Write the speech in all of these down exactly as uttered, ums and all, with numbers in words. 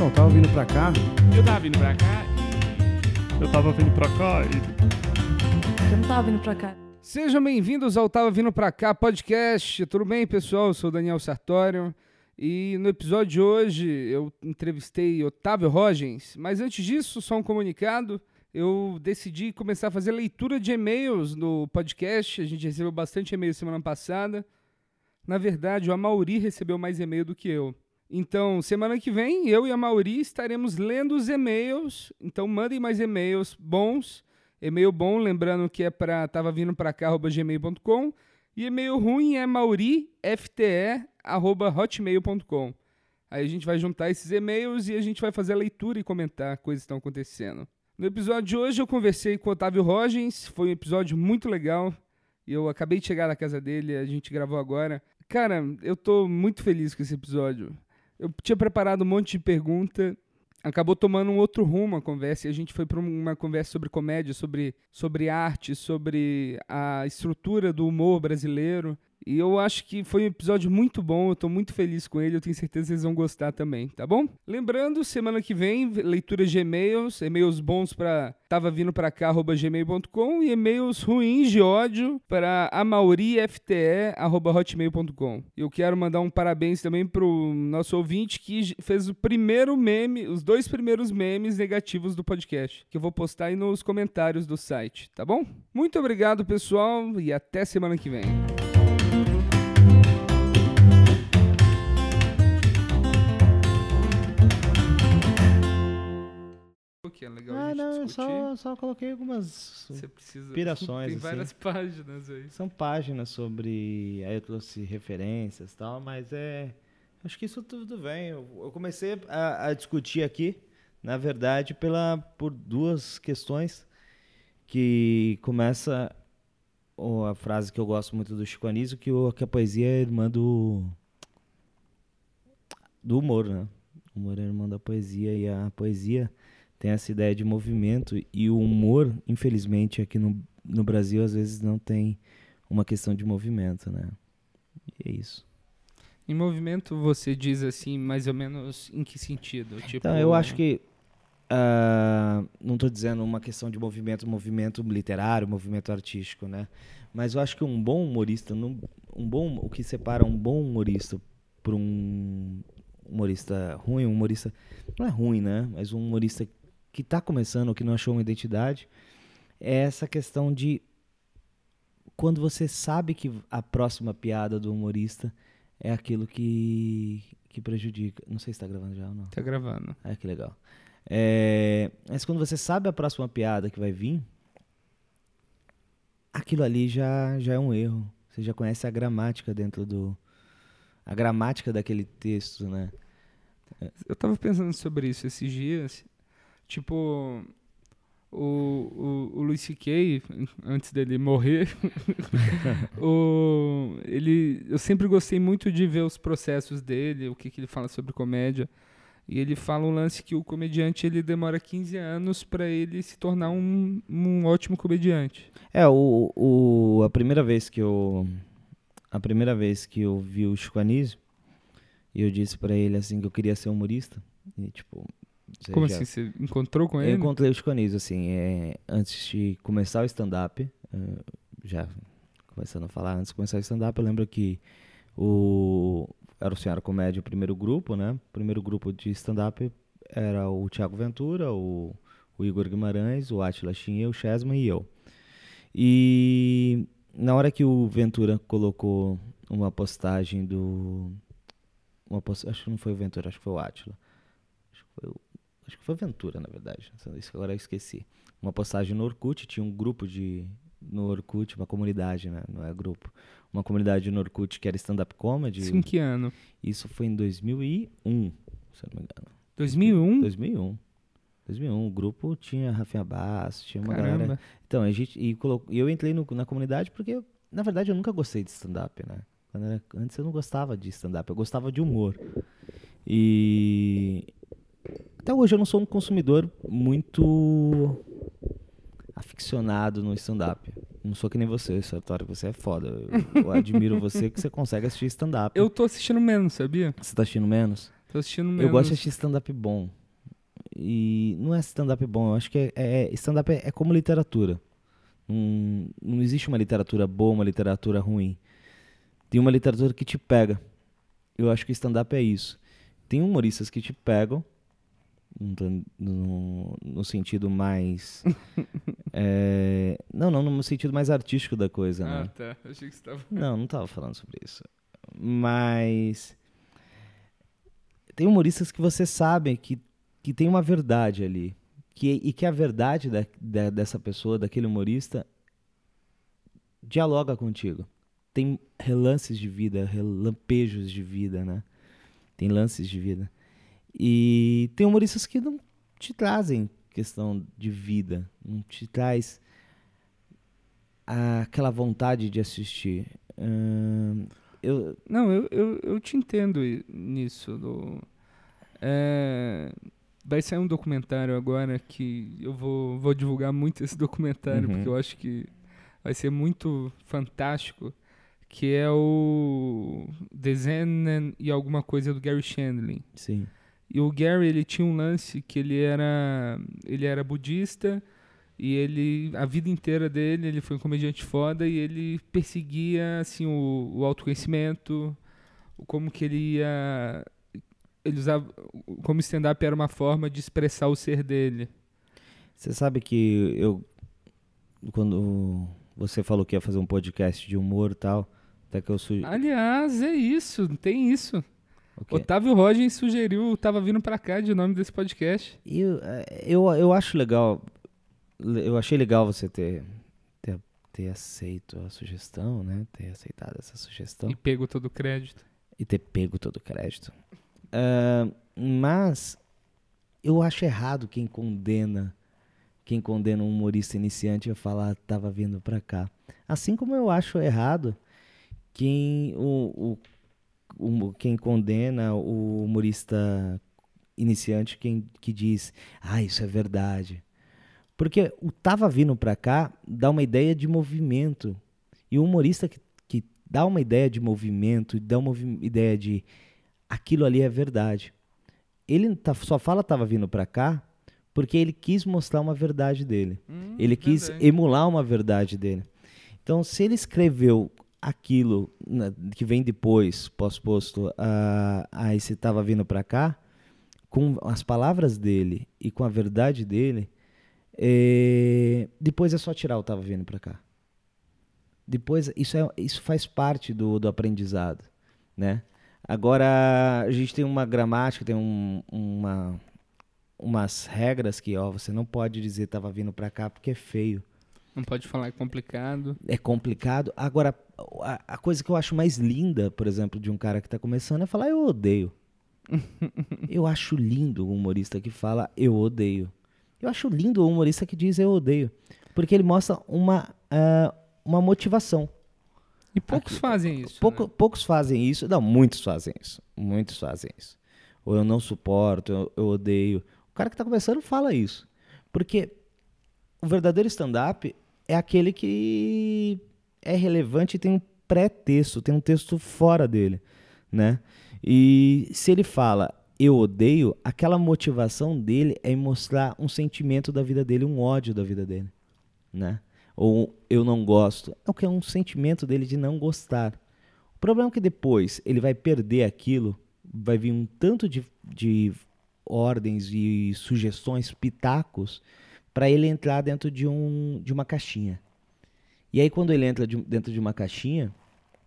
Não, tava vindo pra cá. Eu tava vindo pra cá Eu tava vindo pra cá e... Eu não tava vindo pra cá. Sejam bem-vindos ao Tava Vindo Pra Cá podcast. Tudo bem, pessoal? Eu sou o Daniel Sartório. E no episódio de hoje eu entrevistei Otávio Rogens. Mas antes disso, só um comunicado. Eu decidi começar a fazer leitura de e-mails no podcast. A gente recebeu bastante e-mail semana passada. Na verdade, o Amaury recebeu mais e-mail do que eu. Então, semana que vem, eu e a Amaury estaremos lendo os e-mails. Então, mandem mais e-mails bons. E-mail bom, lembrando que é para tava vindo pra cá, arroba gmail ponto com. E e-mail ruim é maurifte, arroba hotmail ponto com. Aí a gente vai juntar esses e-mails e a gente vai fazer a leitura e comentar coisas que estão acontecendo. No episódio de hoje eu conversei com o Otávio Rogens. Foi um episódio muito legal. Eu acabei de chegar na casa dele, a gente gravou agora. Cara, eu tô muito feliz com esse episódio. Eu tinha preparado um monte de pergunta, acabou tomando um outro rumo a conversa, e a gente foi para uma conversa sobre comédia, sobre, sobre arte, sobre a estrutura do humor brasileiro. E eu acho que foi um episódio muito bom, eu tô muito feliz com ele, eu tenho certeza que vocês vão gostar também, tá bom? Lembrando, semana que vem, leitura de e-mails, e-mails bons para tava vindo pra cá, arroba gmail ponto com, e e-mails ruins de ódio para amaurifte, arroba hotmail ponto com. Eu quero mandar um parabéns também pro nosso ouvinte que fez o primeiro meme, os dois primeiros memes negativos do podcast, que eu vou postar aí nos comentários do site, tá bom? Muito obrigado, pessoal, e até semana que vem. Que é legal ah, a gente não, discutir. só, só coloquei algumas Você precisa... inspirações. Tem assim. várias páginas aí. São páginas sobre... Aí eu trouxe referências e tal, mas é... Acho que isso tudo vem. Eu, eu comecei a, a discutir aqui, na verdade, pela, por duas questões. Que começa oh, a frase que eu gosto muito do Chico Anísio, que, o, que a poesia é irmã do... do humor, né? O humor é irmã da poesia, e a poesia... tem essa ideia de movimento, e o humor, infelizmente, aqui no, no Brasil, às vezes não tem uma questão de movimento, né? E é isso. Em movimento, você diz assim, mais ou menos em que sentido? Tipo... Então, eu acho que, uh, não estou dizendo uma questão de movimento, movimento literário, movimento artístico, né? Mas eu acho que um bom humorista, um bom, o que separa um bom humorista para um humorista ruim, um humorista, não é ruim, né? Mas um humorista que está começando ou que não achou uma identidade, é essa questão de quando você sabe que a próxima piada do humorista é aquilo que, que prejudica. Não sei se está gravando já ou não. Tá gravando. Ah, que legal. É, mas quando você sabe a próxima piada que vai vir, aquilo ali já, já é um erro. Você já conhece a gramática dentro do... a gramática daquele texto, né? Eu tava pensando sobre isso esses dias. Tipo, o, o, o Louis C K, antes dele morrer, o, ele, eu sempre gostei muito de ver os processos dele, o que, que ele fala sobre comédia. E ele fala um lance que o comediante ele demora quinze anos para ele se tornar um, um ótimo comediante. É, o, o, a primeira vez que eu... A primeira vez que eu vi o Chico Anísio, eu disse pra ele assim que eu queria ser humorista. E, tipo, Como já... assim? Você encontrou com ele? Eu encontrei o Chico Anísio, assim, é, antes de começar o stand-up, uh, já começando a falar, antes de começar o stand-up, eu lembro que o, era o Senhora Comédia, o primeiro grupo, né? O primeiro grupo de stand-up era o Thiago Ventura, o, o Igor Guimarães, o Átila Chinha, o Chesman e eu. E... na hora que o Ventura colocou uma postagem do... Uma post... Acho que não foi o Ventura, acho que foi o Átila. Acho que foi o, acho que foi o Ventura, na verdade. Isso agora eu esqueci. Uma postagem no Orkut, tinha um grupo de... No Orkut, uma comunidade, né? Não é grupo. Uma comunidade no Orkut que era stand-up comedy. Isso em que ano? Isso foi em dois mil e um, se eu não me engano. dois mil e um? dois mil e um. dois mil e um, o grupo tinha Rafinha Bass, tinha uma Caramba. galera... Então, a gente... E colo... eu entrei no, na comunidade porque, eu, na verdade, eu nunca gostei de stand-up, né? Quando era... Antes eu não gostava de stand-up, eu gostava de humor. E... Até hoje eu não sou um consumidor muito aficionado no stand-up. Não sou que nem você, Sartório, você é foda. Eu, eu admiro você que você consegue assistir stand-up. Eu tô assistindo menos, sabia? Você tá assistindo menos? Tô assistindo menos. Eu gosto de assistir stand-up bom. E não é stand-up bom, eu acho que é, é, stand-up é, é como literatura. Não, não existe uma literatura boa, uma literatura ruim. Tem uma literatura que te pega. Eu acho que stand-up é isso. Tem humoristas que te pegam, no, no sentido mais... é, não, não, no sentido mais artístico da coisa, Ah, né? tá. Achei que você tava... Não, não tava falando sobre isso. Mas... tem humoristas que você sabe que, que tem uma verdade ali. Que, e que a verdade da, da, dessa pessoa, daquele humorista, dialoga contigo. Tem relances de vida, relampejos de vida, né? Tem lances de vida. E tem humoristas que não te trazem questão de vida, não te traz aquela vontade de assistir. Hum, eu... Não, eu, eu, eu te entendo i- nisso. Do, é, vai sair um documentário agora que eu vou, vou divulgar muito esse documentário, Uhum. porque eu acho que vai ser muito fantástico, que é o The Zen e alguma coisa do Gary Shandling. Sim. E o Gary, ele tinha um lance que ele era, ele era budista e ele, a vida inteira dele, ele foi um comediante foda e ele perseguia, assim, o, o autoconhecimento, o como que ele ia, ele usava, como stand-up era uma forma de expressar o ser dele. Você sabe que eu, quando você falou que ia fazer um podcast de humor e tal, até que eu sugeri... Aliás, é isso, tem isso. O quê? Otávio Rogens sugeriu, tava vindo pra cá de nome desse podcast. E eu, eu, eu acho legal, eu achei legal você ter, ter, ter aceito a sugestão, né? Ter aceitado essa sugestão. E pego todo o crédito. E ter pego todo o crédito. Ah, mas eu acho errado quem condena quem condena um humorista iniciante a falar tava vindo pra cá. Assim como eu acho errado quem, o, o, o- quem condena o humorista iniciante quem, que diz, ah, isso é verdade. Porque o tava vindo pra cá dá uma ideia de movimento. E o humorista que, que dá uma ideia de movimento, dá uma movi- ideia de aquilo ali é verdade. Ele tá- só fala tava vindo pra cá porque ele quis mostrar uma verdade dele. Hum, Ele quis verdade. emular uma verdade dele. Então, se ele escreveu aquilo na- que vem depois, pós-posto, a, a esse tava vindo pra cá, com as palavras dele e com a verdade dele, é, depois é só tirar o tava vindo pra cá. Depois, isso, é, isso faz parte do, do aprendizado, né? Agora, a gente tem uma gramática, tem um, uma, umas regras que, ó, você não pode dizer tava vindo pra cá porque é feio. Não pode falar, é complicado. É complicado. Agora, a, a coisa que eu acho mais linda, por exemplo, de um cara que tá começando é falar eu odeio. Eu acho lindo o humorista que fala eu odeio. Eu acho lindo o humorista que diz eu odeio. Porque ele mostra uma, ah, uma motivação. E poucos Aqui- fazem isso. Pouco- né? Poucos fazem isso. Não, muitos fazem isso. Muitos fazem isso. Ou eu não suporto, eu, eu odeio. O cara que tá começando fala isso. Porque o verdadeiro stand-up é aquele que é relevante e tem um pré-texto, tem um texto fora dele, né? E se ele fala eu odeio, aquela motivação dele é em mostrar um sentimento da vida dele, um ódio da vida dele, né? Ou eu não gosto, é o que é um sentimento dele de não gostar. O problema é que depois ele vai perder aquilo, vai vir um tanto de, de ordens e sugestões, pitacos, para ele entrar dentro de, um, de uma caixinha. E aí quando ele entra de- dentro de uma caixinha,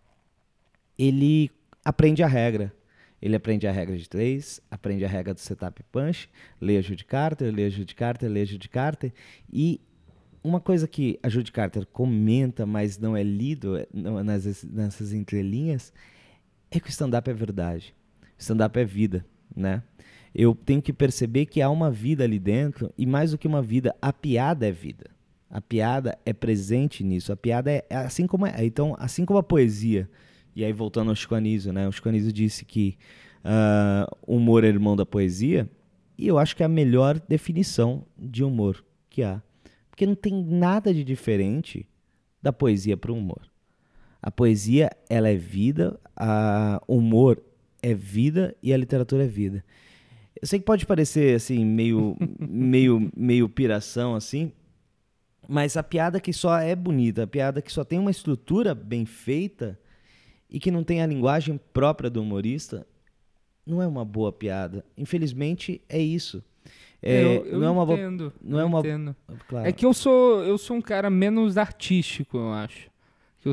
ele aprende a regra. Ele aprende a regra de três, aprende a regra do setup punch, lê a Judy Carter, lê a Judy Carter, lê a Judy Carter. E uma coisa que a Judy Carter comenta, mas não é lido é, não, nas, nessas entrelinhas, é que o stand-up é verdade. O stand-up é vida, né? Eu tenho que perceber que há uma vida ali dentro, e mais do que uma vida, a piada é vida. A piada é presente nisso. A piada é, é assim como é. Então, assim como a poesia, e aí voltando ao Chico Anísio, né? O Chico Anísio disse que ah, humor é irmão da poesia, e eu acho que é a melhor definição de humor que há. Porque não tem nada de diferente da poesia para o humor. A poesia, ela é vida, a humor é vida e a literatura é vida. Eu sei que pode parecer assim meio, meio, meio piração assim, mas a piada que só é bonita, a piada que só tem uma estrutura bem feita e que não tem a linguagem própria do humorista, não é uma boa piada. Infelizmente é isso. É, eu eu não é uma boa, entendo, não eu é uma, entendo. claro. É que eu sou, eu sou um cara menos artístico, eu acho. Eu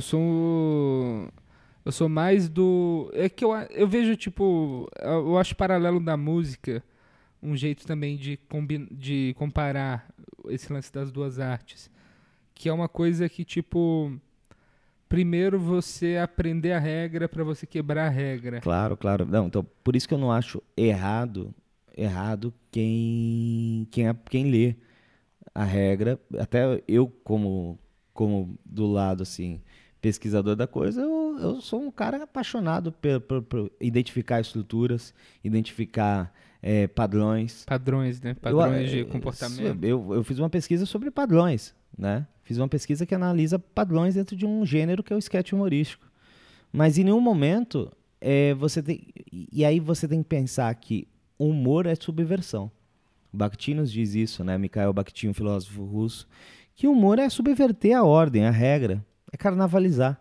sou eu sou mais do é que eu, eu vejo tipo, eu acho paralelo da música um jeito também de combi, de comparar esse lance das duas artes, que é uma coisa que tipo primeiro você aprender a regra para você quebrar a regra. Claro, claro. Não, então, por isso que eu não acho errado, errado quem, quem, quem lê a regra. Até eu, como, como do lado, assim, pesquisador da coisa, eu, eu sou um cara apaixonado por, por, por identificar estruturas, identificar é, padrões. Padrões, né? Padrões eu, de comportamento. Eu, eu fiz uma pesquisa sobre padrões, né? Fiz uma pesquisa que analisa padrões dentro de um gênero que é o sketch humorístico. Mas em nenhum momento é, você tem... E aí você tem que pensar que humor é subversão. Bakhtin nos diz isso, né? Mikhail Bakhtin, um filósofo russo, que humor é subverter a ordem, a regra. É carnavalizar.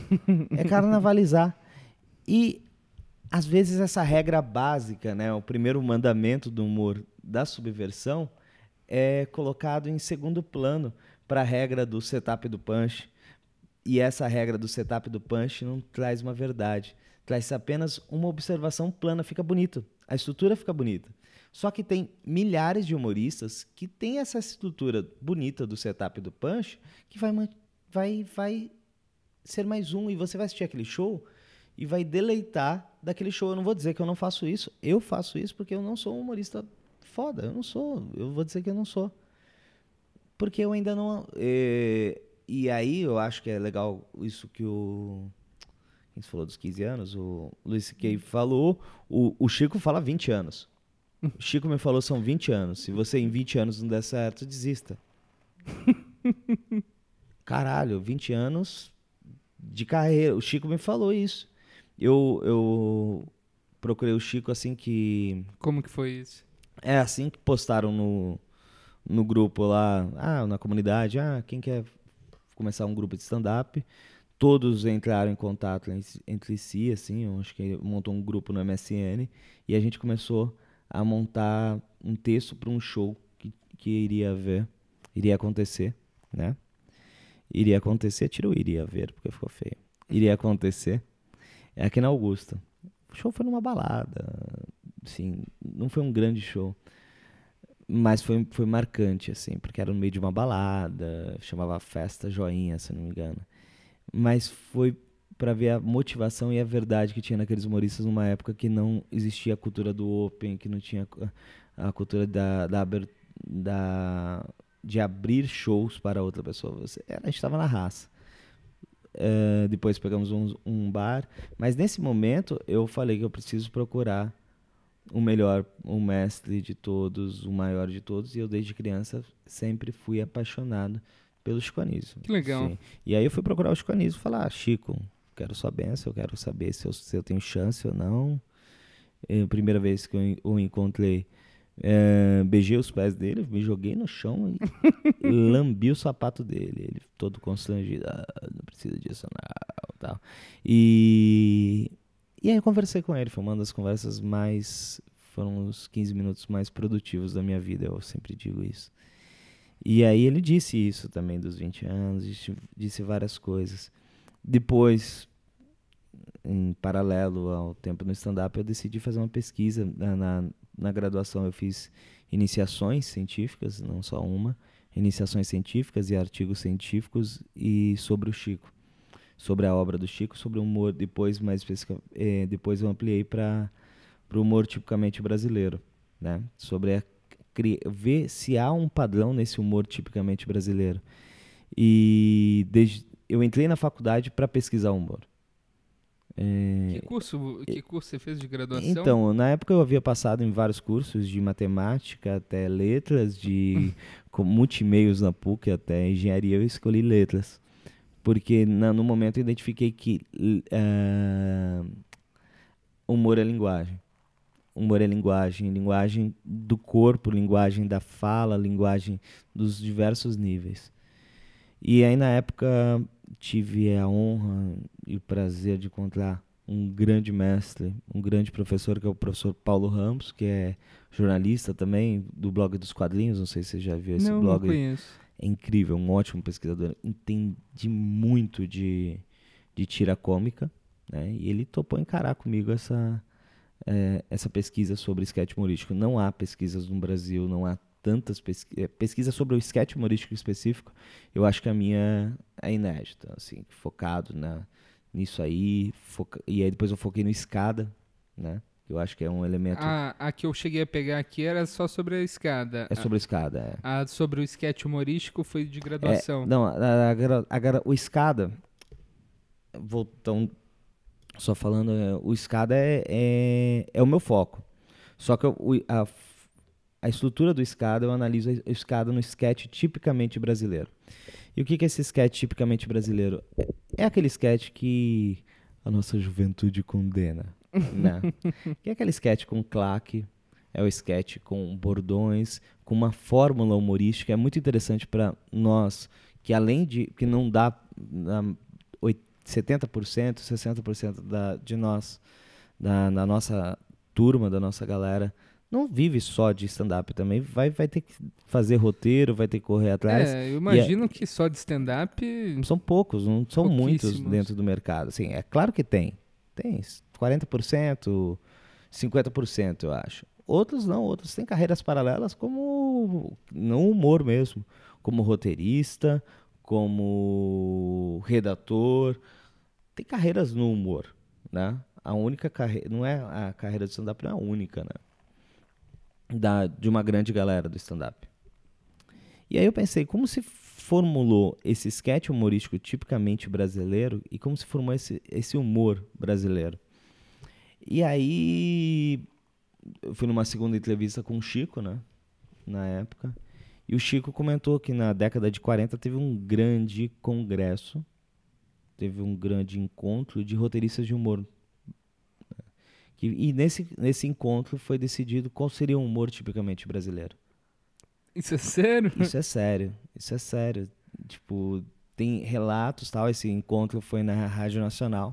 É carnavalizar. E, às vezes, essa regra básica, né? O primeiro mandamento do humor da subversão é colocado em segundo plano para a regra do setup e do punch. E essa regra do setup e do punch não traz uma verdade. Traz apenas uma observação plana. Fica bonito. A estrutura fica bonita. Só que tem milhares de humoristas que têm essa estrutura bonita do setup e do punch que vai, vai, vai ser mais um. E você vai assistir aquele show e vai deleitar daquele show. Eu não vou dizer que eu não faço isso. Eu faço isso porque eu não sou um humorista foda. Eu não sou. Eu vou dizer que eu não sou. Porque eu ainda não... É, e aí eu acho que é legal isso que o... Quem falou dos quinze anos? O Luiz C K falou. O, o Chico fala vinte anos. O Chico me falou são vinte anos. Se você em vinte anos não der certo, desista. Caralho, vinte anos de carreira. O Chico me falou isso. Eu, eu procurei o Chico assim que... Como que foi isso? É assim que postaram no... no grupo lá, ah, na comunidade, ah, quem quer começar um grupo de stand-up, todos entraram em contato entre si, assim, eu acho que montou um grupo no M S N, e a gente começou a montar um texto para um show que, que iria haver, iria acontecer, né? Iria acontecer, tirou iria ver, porque ficou feio. Iria acontecer, é aqui na Augusta. O show foi numa balada, assim, não foi um grande show. Mas foi, foi marcante, assim, porque era no meio de uma balada, chamava Festa Joinha, se não me engano. Mas foi para ver a motivação e a verdade que tinha naqueles humoristas numa época que não existia a cultura do open, que não tinha a cultura da, da, da, de abrir shows para outra pessoa. Você, a gente estava na raça. Uh, depois pegamos um, um bar. Mas nesse momento eu falei que eu preciso procurar o melhor, o mestre de todos, o maior de todos, e eu desde criança sempre fui apaixonado pelo Chico Anísio. Que legal. Sim. E aí eu fui procurar o Chico Anísio e falar, ah, Chico, quero sua bênção, eu quero saber se eu, se eu tenho chance ou não. É, a primeira vez que eu o encontrei, é, beijei os pés dele, me joguei no chão e lambi o sapato dele, ele todo constrangido, ah, não precisa disso não, tal. E... E aí eu conversei com ele, foi uma das conversas mais... Foram os quinze minutos mais produtivos da minha vida, eu sempre digo isso. E aí ele disse isso também dos vinte anos, disse, disse várias coisas. Depois, em paralelo ao tempo no stand-up, eu decidi fazer uma pesquisa. Na, na, na graduação eu fiz iniciações científicas, não só uma, iniciações científicas e artigos científicos e sobre o Chico. Sobre a obra do Chico, sobre o humor, depois mais é, depois eu ampliei para o humor tipicamente brasileiro, né? Sobre a, ver se há um padrão nesse humor tipicamente brasileiro. E desde, eu entrei na faculdade para pesquisar humor. É, que curso, que curso você fez de graduação? Então, na época eu havia passado em vários cursos, de matemática até letras, de multimeios na P U C até engenharia, eu escolhi letras. Porque na, no momento eu identifiquei que uh, humor é linguagem. Humor é linguagem, linguagem do corpo, linguagem da fala, linguagem dos diversos níveis. E aí, na época, tive a honra e o prazer de encontrar um grande mestre, um grande professor, que é o professor Paulo Ramos, que é jornalista também, do blog dos quadrinhos. Não sei se você já viu esse não, blog. Não conheço. É incrível, um ótimo pesquisador. Entende muito de, de tira cômica, né? E ele topou encarar comigo essa, é, essa pesquisa sobre sketch humorístico. Não há pesquisas no Brasil, não há tantas pesquisas. Pesquisa sobre o sketch humorístico específico, eu acho que a minha é inédita, assim, focado na, nisso aí. Foca, e aí depois eu foquei no escada, né? Eu acho que é um elemento... A, a que eu cheguei a pegar aqui era só sobre a escada. É sobre a escada, é. A sobre o sketch humorístico foi de graduação. É, não, a, a, a, a, o escada, voltando, só falando, o escada é, é, é o meu foco. Só que o, a, a estrutura do escada, eu analiso a escada no sketch tipicamente brasileiro. E o que, que é esse sketch tipicamente brasileiro? É, é aquele sketch que a nossa juventude condena. Né? Que é aquele sketch com claque, é o sketch com bordões, com uma fórmula humorística. É muito interessante para nós, que além de que não dá um, setenta por cento, sessenta por cento da, de nós, da, da nossa turma, da nossa galera, não vive só de stand-up também, vai, vai ter que fazer roteiro, vai ter que correr atrás. É, eu imagino é, que só de stand-up... São poucos, não são muitos dentro do mercado. Assim, é claro que tem, tem quarenta por cento, cinquenta por cento, eu acho. Outros não, outros têm carreiras paralelas como no humor mesmo, como roteirista, como redator. Tem carreiras no humor, né? A única carreira, não é a carreira do stand-up, não é a única, né? Da, de uma grande galera do stand-up. E aí eu pensei, como se formulou esse sketch humorístico tipicamente brasileiro e como se formou esse, esse humor brasileiro? E aí, eu fui numa segunda entrevista com o Chico, né, na época, e o Chico comentou que na década de quarenta teve um grande congresso, teve um grande encontro de roteiristas de humor. Que, e nesse, nesse encontro foi decidido qual seria o humor tipicamente brasileiro. Isso é sério? Isso é sério, isso é sério. Tipo, tem relatos, tal, esse encontro foi na Rádio Nacional.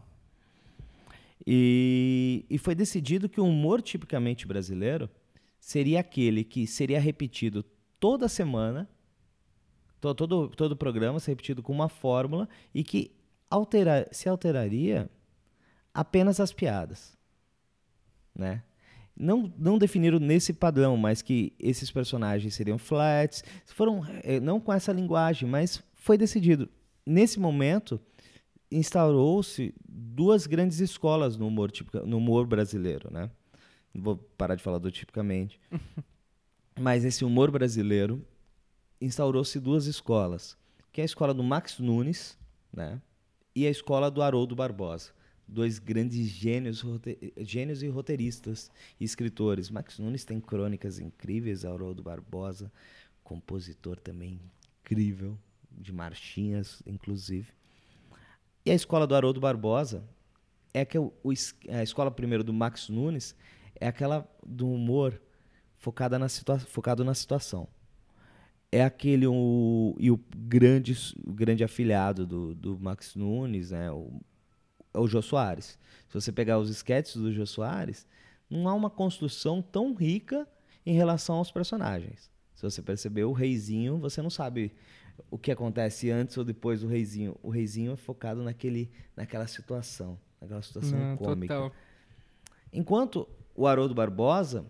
E, e foi decidido que o humor tipicamente brasileiro seria aquele que seria repetido toda semana, to, todo, todo o programa seria repetido com uma fórmula e que altera, se alteraria apenas as piadas, né? Não, não definiram nesse padrão, mas que esses personagens seriam flats, foram, não com essa linguagem, mas foi decidido. Nesse momento, instaurou-se duas grandes escolas no humor, tipica, no humor brasileiro, né? Vou parar de falar do tipicamente. Mas esse humor brasileiro instaurou-se duas escolas, que é a escola do Max Nunes, né? E a escola do Haroldo Barbosa. Dois grandes gênios, rote... gênios e roteiristas e escritores. Max Nunes tem crônicas incríveis, Haroldo Barbosa, compositor também incrível, de marchinhas, inclusive. E a escola do Haroldo Barbosa é que o, o, a escola primeiro do Max Nunes é aquela do humor focada na situa focado na situação. É aquele o, e o grande, o grande afilhado do, do Max Nunes, né, o, é o Jô Soares. Se você pegar os sketches do Jô Soares, não há uma construção tão rica em relação aos personagens. Se você perceber o Reizinho, você não sabe o que acontece antes ou depois do Reizinho. O Reizinho é focado naquele, naquela situação, naquela situação não, cômica. Total. Enquanto o Haroldo Barbosa,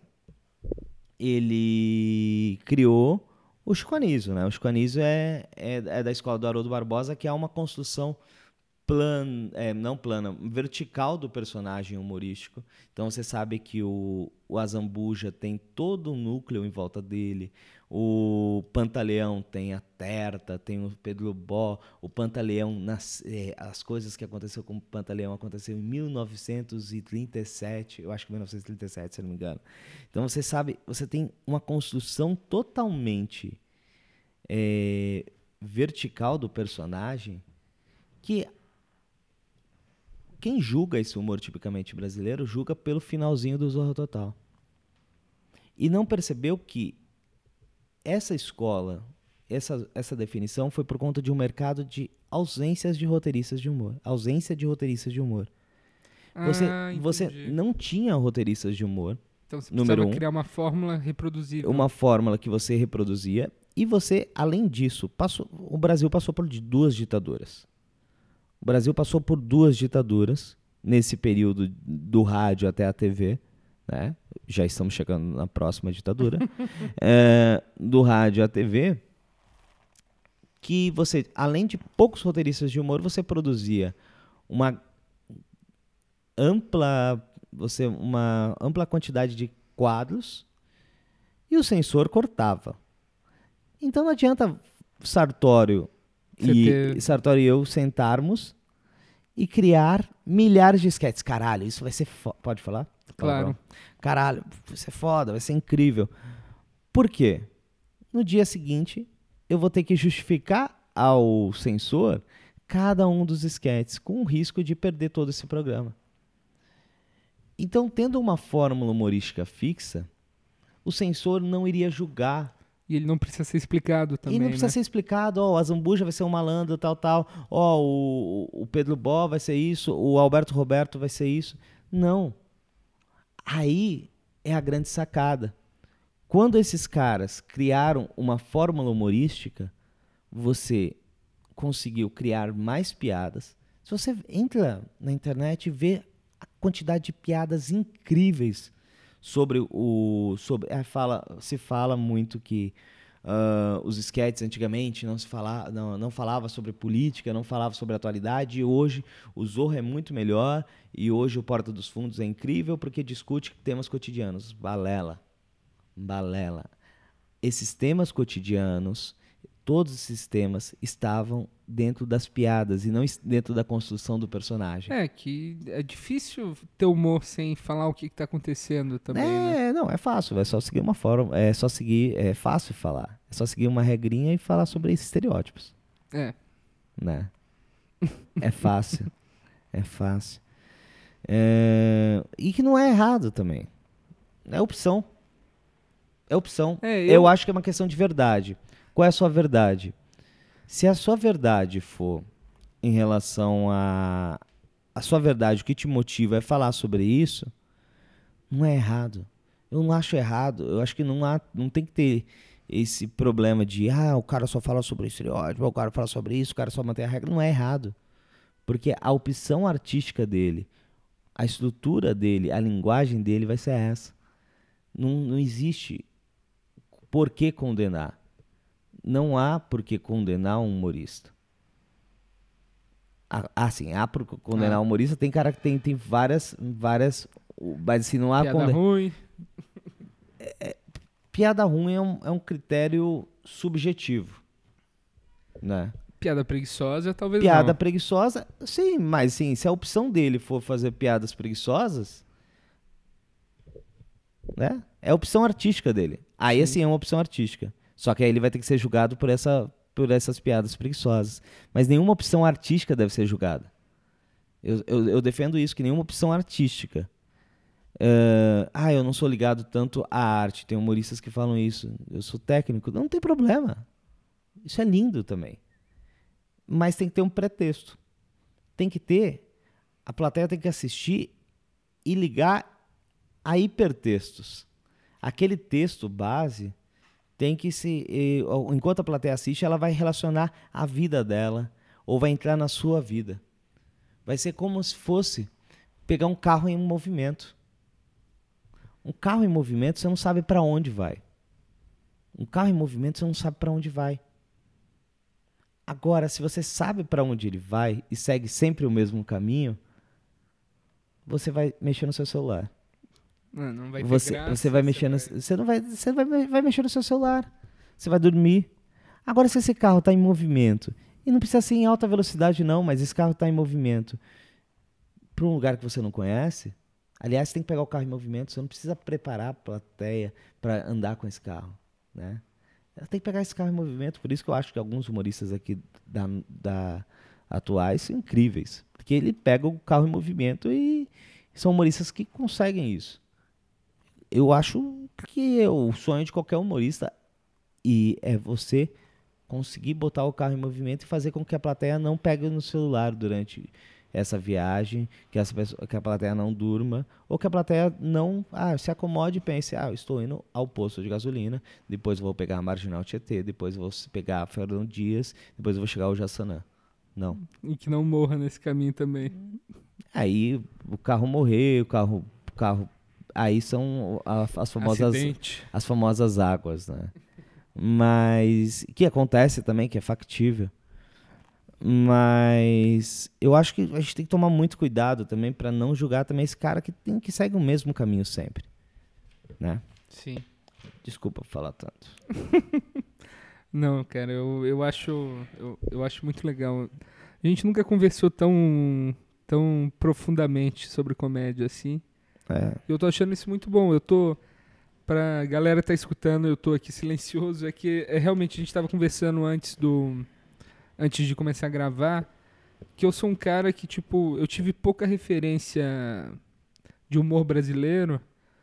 ele criou o Chico Anísio, né? O Chico Anísio é, é, é da escola do Haroldo Barbosa, que é uma construção plana, é, não plana, vertical do personagem humorístico. Então você sabe que o, o Azambuja tem todo um núcleo em volta dele, o Pantaleão tem a Terta, tem o Pedro Bó, o Pantaleão, nas, é, as coisas que aconteceu com o Pantaleão aconteceu em mil novecentos e trinta e sete, eu acho que mil novecentos e trinta e sete, se não me engano. Então você sabe, você tem uma construção totalmente é, vertical do personagem que quem julga esse humor tipicamente brasileiro, julga pelo finalzinho do Zorra Total. E não percebeu que essa escola, essa, essa definição foi por conta de um mercado de ausências de roteiristas de humor. Ausência de roteiristas de humor. Você, Ah, você entendi. não tinha roteiristas de humor. Então você número precisava um. criar uma fórmula reproduzível. Uma fórmula que você reproduzia. E você, além disso, passou, o Brasil passou por duas ditaduras. O Brasil passou por duas ditaduras nesse período do rádio até a T V, né? Já estamos chegando na próxima ditadura. é, do rádio à T V, que você, além de poucos roteiristas de humor, você produzia uma ampla, você, uma ampla quantidade de quadros e o censor cortava. Então não adianta Sartório e, ter... Sartório e eu sentarmos e criar milhares de esquetes. Caralho, isso vai ser foda. Pode falar? Claro. Caralho, vai ser foda, vai ser incrível. Por quê? No dia seguinte, eu vou ter que justificar ao censor cada um dos esquetes, com o risco de perder todo esse programa. Então, tendo uma fórmula humorística fixa, o censor não iria julgar. E ele não precisa ser explicado também, E não precisa né? ser explicado, ó, a Zambuja vai ser um malandro, tal, tal, ó, o, o Pedro Bó vai ser isso, o Alberto Roberto vai ser isso. Não. Aí é a grande sacada. Quando esses caras criaram uma fórmula humorística, você conseguiu criar mais piadas. Se você entra na internet e vê a quantidade de piadas incríveis sobre o... Sobre, é, fala, se fala muito que uh, os sketches antigamente não se fala, não, não falava sobre política, não falava sobre atualidade, e hoje o Zorro é muito melhor, e hoje o Porta dos Fundos é incrível porque discute temas cotidianos. Balela. Balela. Esses temas cotidianos, todos esses temas estavam dentro das piadas e não dentro da construção do personagem. É, que é difícil ter humor sem falar o que está acontecendo também, né? É, não, é fácil, é só seguir uma forma, é só seguir, é fácil falar. É só seguir uma regrinha e falar sobre esses estereótipos, É. né? É fácil, é fácil. É, e que não é errado também. É opção. É opção. É, eu... eu acho que é uma questão de verdade. Qual é a sua verdade? Se a sua verdade for em relação a... A sua verdade, o que te motiva é falar sobre isso, não é errado. Eu não acho errado. Eu acho que não, há, não tem que ter esse problema de ah, o cara só fala sobre estereótipo, o cara fala sobre isso, o cara só mantém a regra. Não é errado. Porque a opção artística dele, a estrutura dele, a linguagem dele vai ser essa. Não, não existe por que condenar. Não há por que condenar um humorista. Ah, sim, há por que condenar Ah. um humorista. Tem cara que tem, tem várias, várias... Mas assim, não há... Piada conde... ruim. Piada ruim é um, é um critério subjetivo, né? Piada preguiçosa, talvez Piada não. preguiçosa, sim, mas sim, se a opção dele for fazer piadas preguiçosas, né? É a opção artística dele. Aí, Sim. assim, é uma opção artística. Só que aí ele vai ter que ser julgado por, essa, por essas piadas preguiçosas. Mas nenhuma opção artística deve ser julgada. Eu, eu, eu defendo isso, que nenhuma opção artística. Uh, ah, eu não sou ligado tanto à arte. Tem humoristas que falam isso. Eu sou técnico. Não tem problema. Isso é lindo também. Mas tem que ter um pretexto. Tem que ter... A plateia tem que assistir e ligar a hipertextos. Aquele texto base tem que se... Enquanto a plateia assiste, ela vai relacionar a vida dela ou vai entrar na sua vida. Vai ser como se fosse pegar um carro em movimento. Um carro em movimento, você não sabe para onde vai. Um carro em movimento, você não sabe para onde vai. Agora, se você sabe para onde ele vai e segue sempre o mesmo caminho, você vai mexer no seu celular. Não, não vai ter Você, graça, você vai mexer no, você não vai, você vai, vai mexer no seu celular. Você vai dormir. Agora, se esse carro está em movimento, e não precisa ser em alta velocidade não, mas esse carro está em movimento para um lugar que você não conhece, aliás, você tem que pegar o carro em movimento, você não precisa preparar a plateia para andar com esse carro, né? Tem que pegar esse carro em movimento, por isso que eu acho que alguns humoristas aqui da, da, atuais são incríveis. Porque ele pega o carro em movimento e são humoristas que conseguem isso. Eu acho que é o sonho de qualquer humorista e é você conseguir botar o carro em movimento e fazer com que a plateia não pegue no celular durante essa viagem, que, essa pessoa, que a plateia não durma, ou que a plateia não ah, se acomode e pense, ah, eu estou indo ao posto de gasolina, depois vou pegar a Marginal Tietê, depois vou pegar a Fernão Dias, depois vou chegar ao Jaçanã. Não. E que não morra nesse caminho também. Aí o carro morrer, o carro... O carro aí são a, as, famosas, as famosas águas, né? Mas... que acontece também, que é factível. Mas eu acho que a gente tem que tomar muito cuidado também para não julgar também esse cara que tem que segue o mesmo caminho sempre, né? Sim. Desculpa falar tanto. Não, cara, eu, eu acho eu, eu acho muito legal. A gente nunca conversou tão tão profundamente sobre comédia assim. É. Eu tô achando isso muito bom. Eu tô pra galera tá escutando, eu tô aqui silencioso, é que é, realmente a gente tava conversando antes do antes de começar a gravar, que eu sou um cara que, tipo, eu tive pouca referência de humor brasileiro,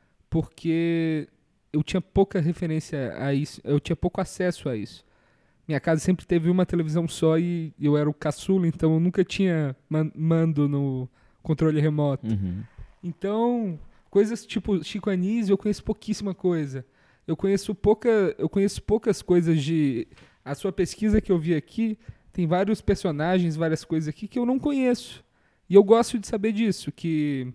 porque eu tinha pouca referência a isso, eu tinha pouco acesso a isso. Minha casa sempre teve uma televisão só e eu era o caçula, então eu nunca tinha man- mando no controle remoto. Uhum. Então, coisas tipo Chico Anísio, eu conheço pouquíssima coisa. Eu conheço pouca, eu conheço poucas coisas de... A sua pesquisa que eu vi aqui, tem vários personagens, várias coisas aqui que eu não conheço. E eu gosto de saber disso, que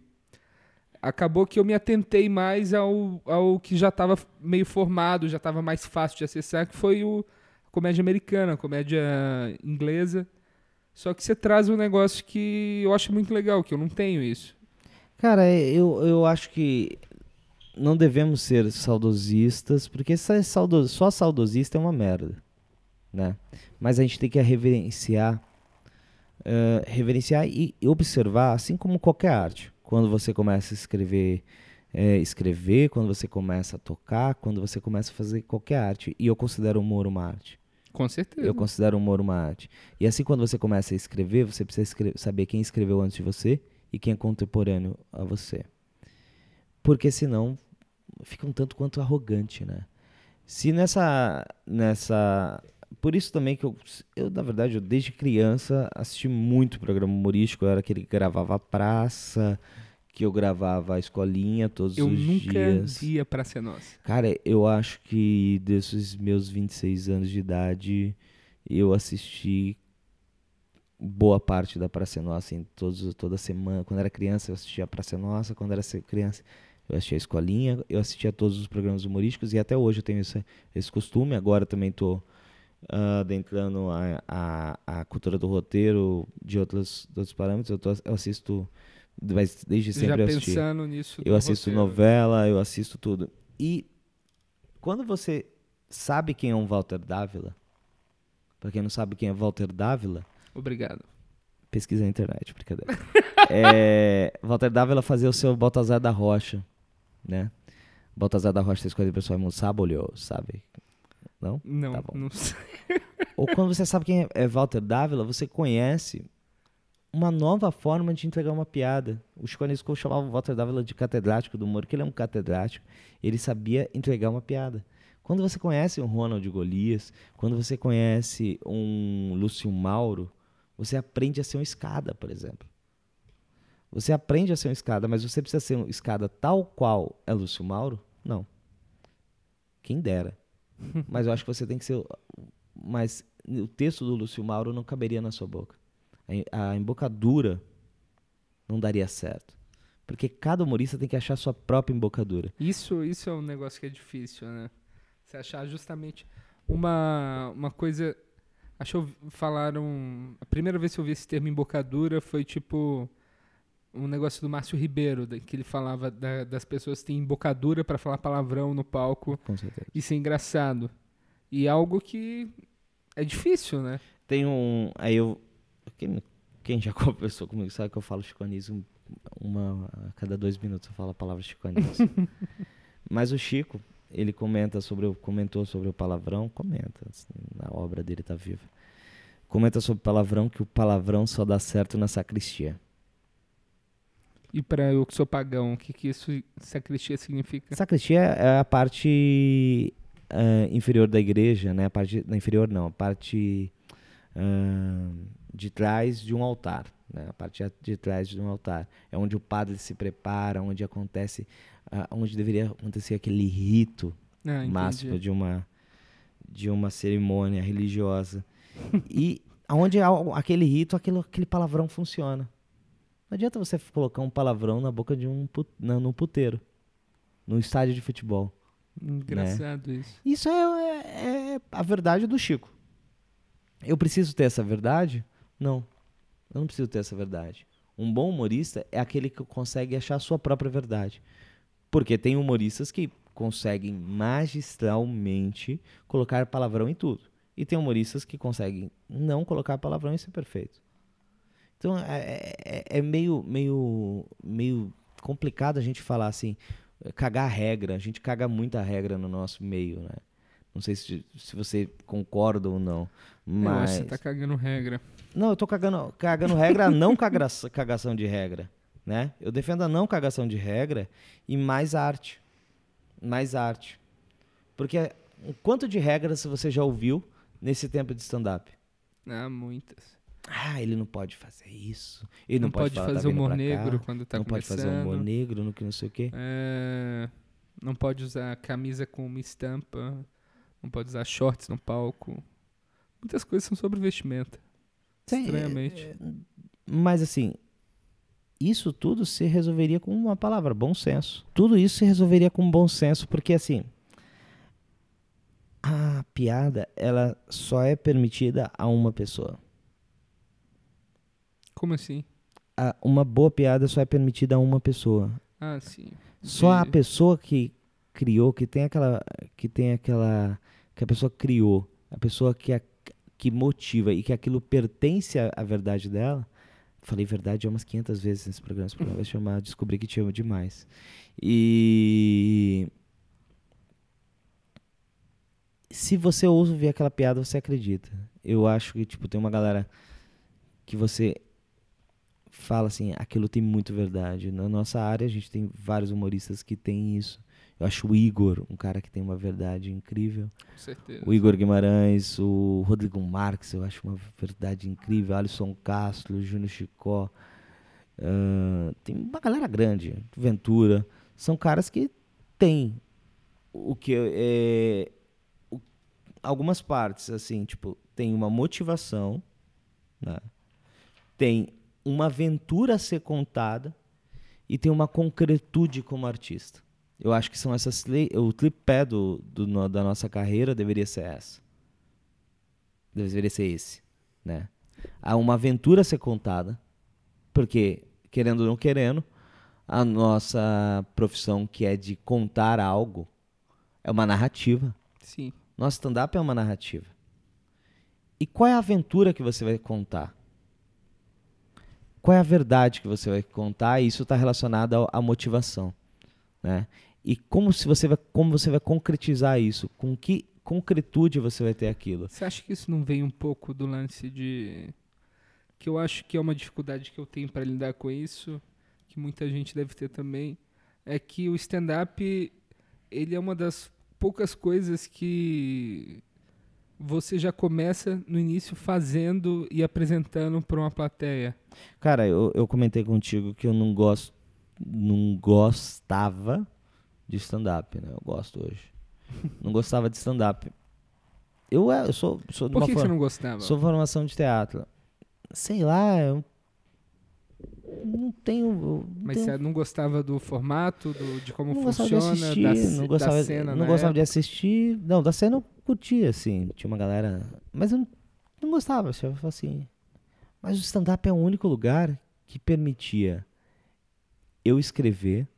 acabou que eu me atentei mais ao, ao que já estava meio formado, já estava mais fácil de acessar, que foi o, a comédia americana, a comédia inglesa. Só que você traz um negócio que eu acho muito legal, que eu não tenho isso. Cara, eu, eu acho que não devemos ser saudosistas, porque só, saudo, só saudosista é uma merda, né? Mas a gente tem que reverenciar, uh, reverenciar e observar, assim como qualquer arte. Quando você começa a escrever, é, escrever, quando você começa a tocar, quando você começa a fazer qualquer arte. E eu considero o humor uma arte. Com certeza. Eu considero o humor uma arte. E assim, quando você começa a escrever, você precisa escrever, saber quem escreveu antes de você e quem é contemporâneo a você. Porque senão fica um tanto quanto arrogante, né? Se nessa... nessa por isso também que eu, eu, na verdade, eu, desde criança assisti muito programa humorístico. Eu era aquele que gravava a praça, que eu gravava a escolinha todos eu os dias. Eu nunca via Praça é Nossa. Cara, eu acho que desses meus vinte e seis anos de idade, eu assisti boa parte da Praça é Nossa em todos, toda semana. Quando era criança, eu assistia a Praça é Nossa. Quando era criança, eu assistia a escolinha. Eu assistia a todos os programas humorísticos e até hoje eu tenho esse, esse costume. Agora também estou... Uh, adentrando a, a, a cultura do roteiro de outros, de outros parâmetros. Eu, tô, eu assisto, mas desde sempre Já eu assisti. pensando nisso. Eu assisto roteiro. novela, eu assisto tudo. E quando você sabe quem é um Walter Dávila, pra quem não sabe quem é Walter Dávila, obrigado. Pesquisa na internet, brincadeira. é, Walter Dávila fazia o seu Baltazar da Rocha, né? Baltazar da Rocha, vocês conhecem o pessoal em Sabolho, sabe? Não? Não, tá bom. não sei. Ou quando você sabe quem é Walter Dávila, você conhece uma nova forma de entregar uma piada. O Chico Anísio chamava o Walter Dávila de catedrático do humor, porque ele é um catedrático, ele sabia entregar uma piada. Quando você conhece um Ronald Golias, quando você conhece um Lúcio Mauro, você aprende a ser um escada, por exemplo. Você aprende a ser um escada, mas você precisa ser um escada tal qual é Lúcio Mauro? Não. Quem dera. Mas eu acho que você tem que ser... Mas o texto do Lúcio Mauro não caberia na sua boca. A embocadura não daria certo. Porque cada humorista tem que achar a sua própria embocadura. Isso, isso é um negócio que é difícil, né? Você achar justamente uma, uma coisa... Acho que falaram... A primeira vez que eu vi esse termo embocadura foi tipo... Um negócio do Márcio Ribeiro, que ele falava da, das pessoas que têm embocadura para falar palavrão no palco. Com certeza. E ser engraçado. E algo que é difícil, né? Tem um... Aí eu... Quem, quem já conversou comigo sabe que eu falo Chico Anísio uma, a cada dois minutos eu falo a palavra Chico Anísio. Mas o Chico, ele comenta sobre o, comentou sobre o palavrão, comenta, assim, na obra dele tá viva. comenta sobre palavrão, que o palavrão só dá certo na sacristia. E para eu que sou pagão, o que, que isso sacristia significa? Sacristia é a parte uh, inferior da igreja, né? A parte não, inferior não, a parte uh, de trás de um altar, né? A parte de trás de um altar é onde o padre se prepara, onde acontece, uh, onde deveria acontecer aquele rito Ah, máximo de uma de uma cerimônia religiosa e onde aquele rito, aquele, aquele palavrão funciona. Não adianta você colocar um palavrão na boca de um não, num puteiro, num estádio de futebol. Engraçado, né? Isso. Isso é, é, é a verdade do Chico. Eu preciso ter essa verdade? Não. Eu não preciso ter essa verdade. Um bom humorista é aquele que consegue achar a sua própria verdade. Porque tem humoristas que conseguem magistralmente colocar palavrão em tudo. E tem humoristas que conseguem não colocar palavrão e ser perfeito. Então é, é, é meio, meio, meio complicado a gente falar assim, cagar a regra. A gente caga muita regra no nosso meio, né? Não sei se, se você concorda ou não, mas... Eu acho que você tá cagando regra. Não, eu tô cagando, cagando regra, não caga, cagação de regra, né? Eu defendo a não cagação de regra e mais arte. Mais arte. Porque o quanto de regras você já ouviu nesse tempo de stand-up? Ah, muitas. Ah, ele não pode fazer isso. Ele não, não pode, pode falar, fazer tá humor negro cá, quando tá não começando. Não pode fazer humor negro, no que não sei o quê. É, não pode usar camisa com uma estampa. Não pode usar shorts no palco. Muitas coisas são sobre vestimenta. Sim, estranhamente. É, mas assim, isso tudo se resolveria com uma palavra, bom senso. Tudo isso se resolveria com bom senso, porque assim, a piada, ela só é permitida a uma pessoa. Como assim? A, uma boa piada só é permitida a uma pessoa. Ah, sim. Só De... a pessoa que criou, que tem aquela, que tem aquela, que a pessoa criou, a pessoa que, a, que motiva e que aquilo pertence à, à verdade dela. Falei verdade umas quinhentas vezes nesse programa, esse programa vai chamar Descobri que Te Amo Demais. E se você ouve aquela piada, você acredita. Eu acho que tipo tem uma galera que você fala assim, aquilo tem muito verdade. Na nossa área, a gente tem vários humoristas que têm isso. Eu acho o Igor um cara que tem uma verdade incrível. Com certeza. O Igor Guimarães, o Rodrigo Marques, eu acho uma verdade incrível. Alisson Castro, Júnior Chicó. Uh, tem uma galera grande. Ventura. São caras que têm o que é, o, algumas partes, assim, tipo, tem uma motivação, né? Tem uma aventura a ser contada e tem uma concretude como artista. Eu acho que são essas... O tripé do, do, da nossa carreira deveria ser essa. Deveria ser esse, né? Há uma aventura a ser contada, porque, querendo ou não querendo, a nossa profissão, que é de contar algo, é uma narrativa. Sim. Nosso stand-up é uma narrativa. E qual é a aventura que você vai contar? Qual é a verdade que você vai contar? E isso está relacionado à motivação, né? E como, se você vai, como você vai concretizar isso? Com que concretude você vai ter aquilo? Você acha que isso não vem um pouco do lance de... Que eu acho que é uma dificuldade que eu tenho para lidar com isso, que muita gente deve ter também, é que o stand-up, ele é uma das poucas coisas que você já começa no início fazendo e apresentando para uma plateia. Cara, eu, eu comentei contigo que eu não gosto, não gostava de stand-up, né? Eu gosto hoje. Não gostava de stand-up. Eu, eu sou, sou de Por uma que, que for... você não gostava? Sou formação de teatro. Sei lá, eu não tenho... eu não Mas tenho... você não gostava do formato, do, de como não funciona, gostava de assistir, da, não gostava, da cena não na gostava de época? assistir. Não, da cena eu curtia, assim. Tinha uma galera... Mas eu não, não gostava, assim... Mas o stand-up é o único lugar que permitia eu escrever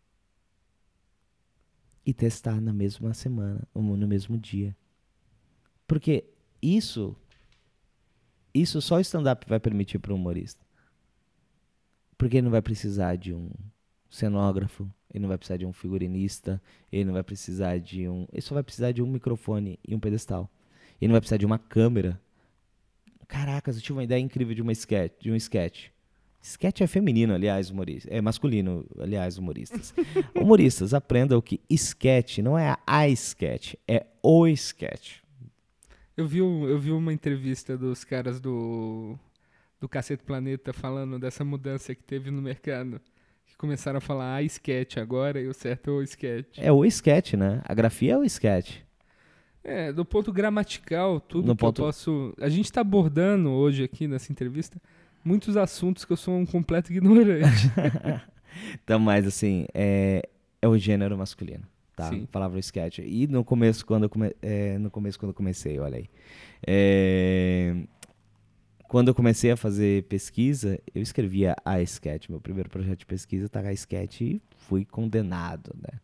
e testar na mesma semana, ou no mesmo dia. Porque isso, isso só o stand-up vai permitir para o humorista. Porque ele não vai precisar de um cenógrafo, ele não vai precisar de um figurinista, ele não vai precisar de um... Ele só vai precisar de um microfone e um pedestal. Ele não vai precisar de uma câmera. Caracas, eu tive uma ideia incrível de uma sketch, de um sketch. Sketch é feminino, aliás, humorista. É masculino, aliás, humoristas. Humoristas, aprendam que sketch não é a sketch, é o sketch. Eu vi, um- eu vi uma entrevista dos caras do, do Cacete Planeta falando dessa mudança que teve no mercado. Que começaram a falar a sketch agora e o certo é o sketch. É o sketch, né? A grafia é o sketch. É, do ponto gramatical, tudo No que ponto- eu posso... A gente tá abordando hoje aqui nessa entrevista muitos assuntos que eu sou um completo ignorante. Então, mas assim, é, é o gênero masculino, tá? Sim. A palavra sketch. E no começo, quando eu, come, é, no começo, quando eu comecei, olha aí. É, quando eu comecei a fazer pesquisa, eu escrevia a sketch. Meu primeiro projeto de pesquisa tá a sketch e fui condenado, né?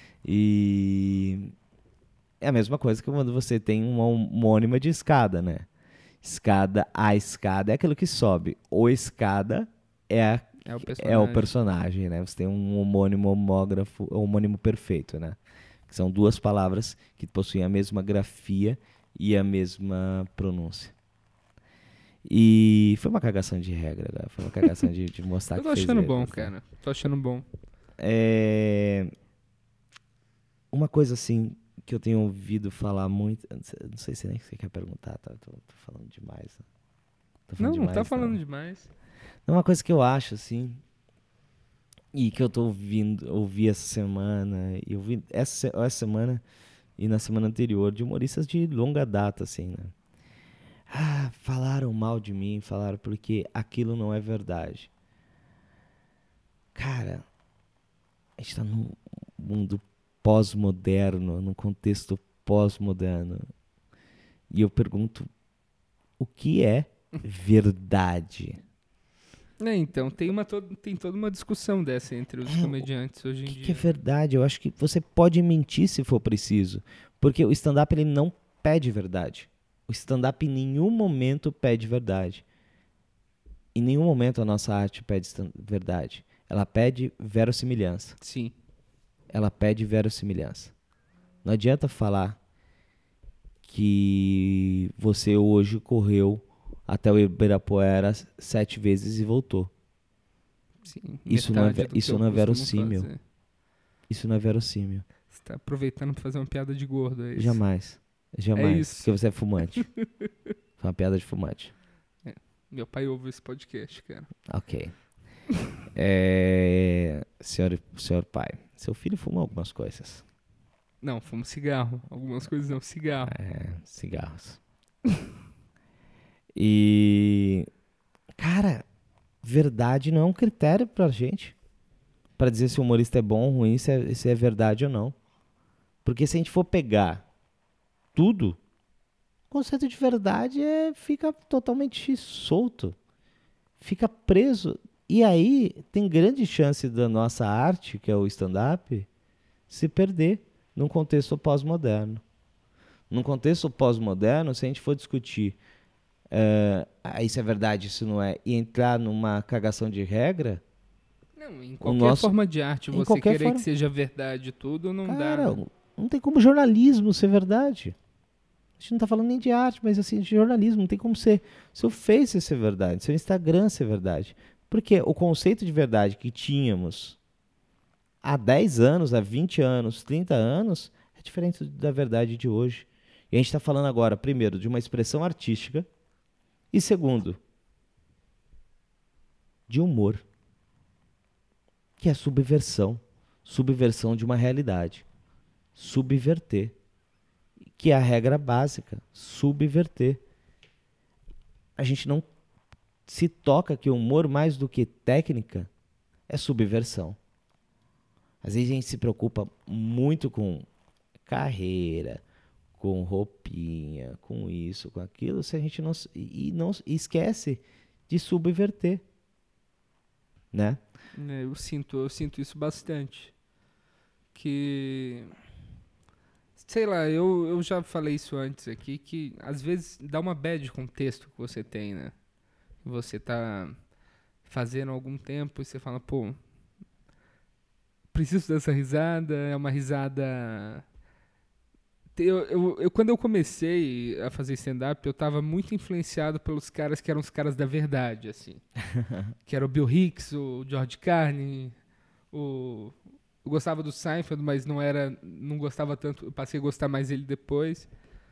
E é a mesma coisa que quando você tem uma homônima de escada, né? Escada, a escada é aquilo que sobe. O escada é, a, É o é personagem. o personagem, né? Você tem um homônimo homógrafo, um homônimo perfeito, né? Que são duas palavras que possuem a mesma grafia e a mesma pronúncia. E foi uma cagação de regra, né? Foi uma cagação de, de mostrar Eu que tô fez achando letras, bom, né? cara. Tô achando bom. É... Uma coisa assim que eu tenho ouvido falar muito, eu não sei- não sei se nem você quer perguntar, tá? Tô, tô falando demais. Né? Tô Não, não demais, tá falando demais. É uma coisa que eu acho assim e que eu tô ouvindo, ouvi essa semana, e eu vi essa, se- essa semana e na semana anterior de humoristas de longa data, assim, né? Ah, falaram mal de mim, falaram porque aquilo não é verdade. Cara, a gente tá num mundo pós-moderno, num contexto pós-moderno. E eu pergunto, o que é verdade? É, então, tem, uma to- tem toda uma discussão dessa entre os É, comediantes hoje O em que, dia. que é verdade? Eu acho que você pode mentir se for preciso. Porque o stand-up ele não pede verdade. O stand-up em nenhum momento pede verdade. Em nenhum momento a nossa arte pede stan- verdade. Ela pede verossimilhança. Sim. Ela pede verossimilhança. Não adianta falar que você hoje correu até o Ibirapuera sete vezes e voltou. Sim. Isso não é Metade ve- do que isso eu não é costumo verossímil. fazer. Isso não é verossímil. Você tá aproveitando pra fazer uma piada de gordo, é isso? Jamais. Jamais. isso. Porque você é fumante. Foi uma piada de fumante. Meu pai ouve esse podcast, cara. Ok. É... Senhor, senhor pai, seu filho fuma algumas coisas. Não, fumo cigarro. Algumas coisas não, cigarro. É, cigarros. E... Cara, verdade não é um critério pra gente. Pra dizer se o humorista é bom ou ruim, se é, se é verdade ou não. Porque se a gente for pegar tudo, o conceito de verdade é, fica totalmente solto. Fica preso. E aí tem grande chance da nossa arte, que é o stand-up, se perder num contexto pós-moderno. Num contexto pós-moderno, se a gente for discutir eh, ah, isso é verdade, isso não é, e entrar numa cagação de regra, Não, em qualquer nosso- forma de arte, em você qualquer querer forma- que seja verdade tudo, não cara, dá. Né? não tem como jornalismo ser verdade. A gente não está falando nem de arte, mas assim, de jornalismo. Não tem como ser seu Face ser verdade, seu Instagram ser verdade. Porque o conceito de verdade que tínhamos há dez anos, há vinte anos, trinta anos, é diferente da verdade de hoje. E a gente está falando agora, primeiro, de uma expressão artística e, segundo, de humor, que é subversão. Subversão de uma realidade. Subverter. Que é a regra básica. Subverter. A gente não se toca que o humor, mais do que técnica, é subversão. Às vezes a gente se preocupa muito com carreira, com roupinha, com isso, com aquilo, se a gente não s- e não e esquece de subverter, né? É, eu sinto, eu sinto isso bastante. Que sei lá, eu, eu já falei isso antes aqui, que às vezes dá uma bad com o texto que você tem, né? Que você tá fazendo há algum tempo e você fala, pô, preciso dessa risada, é uma risada Eu, eu, eu- quando eu comecei a fazer stand-up, eu tava muito influenciado pelos caras que eram os caras da verdade, assim. Que era o Bill Hicks, o George Carlin, o... Eu gostava do Seinfeld, mas não era, não gostava tanto, eu passei a gostar mais dele depois.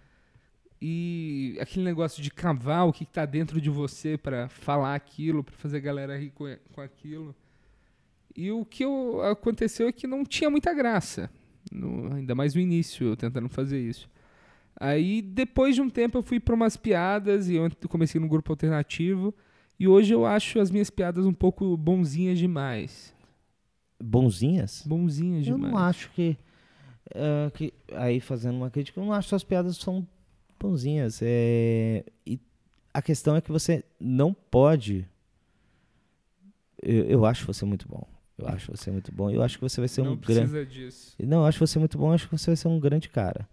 E aquele negócio de cavar o que, que tá dentro de você pra falar aquilo, pra fazer a galera rir com, com aquilo. E o que eu- aconteceu é que não tinha muita graça. No- ainda mais no início, eu tentando fazer isso. Aí, depois de um tempo, eu fui pra umas piadas e eu ent- comecei no grupo alternativo. E hoje eu acho as minhas piadas um pouco bonzinhas demais. Bonzinhas? Bonzinhas Eu demais. não acho que, é, que. Aí, fazendo uma crítica, eu não acho que suas piadas são bonzinhas. É, e a questão é que você não pode. Eu, eu acho você muito bom. Eu acho você muito bom. Eu acho que você vai ser não um grande. precisa disso. Não, eu acho você muito bom. Eu acho que você vai ser um grande cara.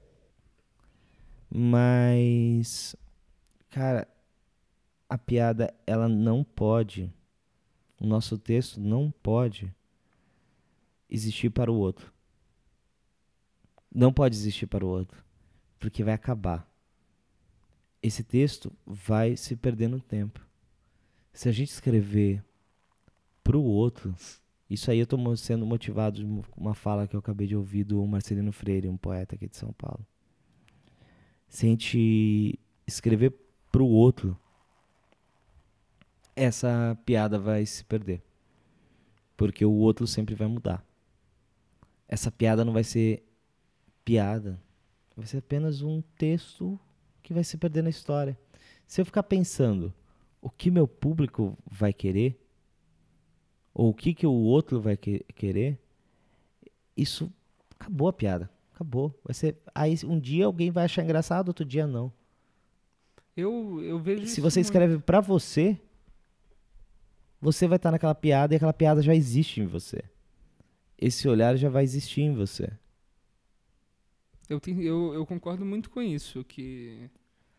Mas. Cara, a piada, ela não pode. O nosso texto não pode existir para o outro. Não pode existir para o outro. Porque vai acabar. Esse texto vai se perder no tempo. Se a gente escrever para o outro, isso aí eu estou sendo motivado de uma fala que eu acabei de ouvir do Marcelino Freire, um poeta aqui de São Paulo. Se a gente escrever para o outro, essa piada vai se perder. Porque o outro sempre vai mudar. Essa piada não vai ser piada. Vai ser apenas um texto que vai se perder na história. Se eu ficar pensando o que meu público vai querer, ou o que, que o outro vai que- querer, isso acabou a piada. Acabou. Vai ser, aí um dia alguém vai achar engraçado, outro dia não. Eu, eu vejo Se isso você muito. escreve pra você, você vai estar naquela piada e aquela piada já existe em você. Esse olhar já vai existir em você. Eu, tenho- eu, eu concordo muito com isso, que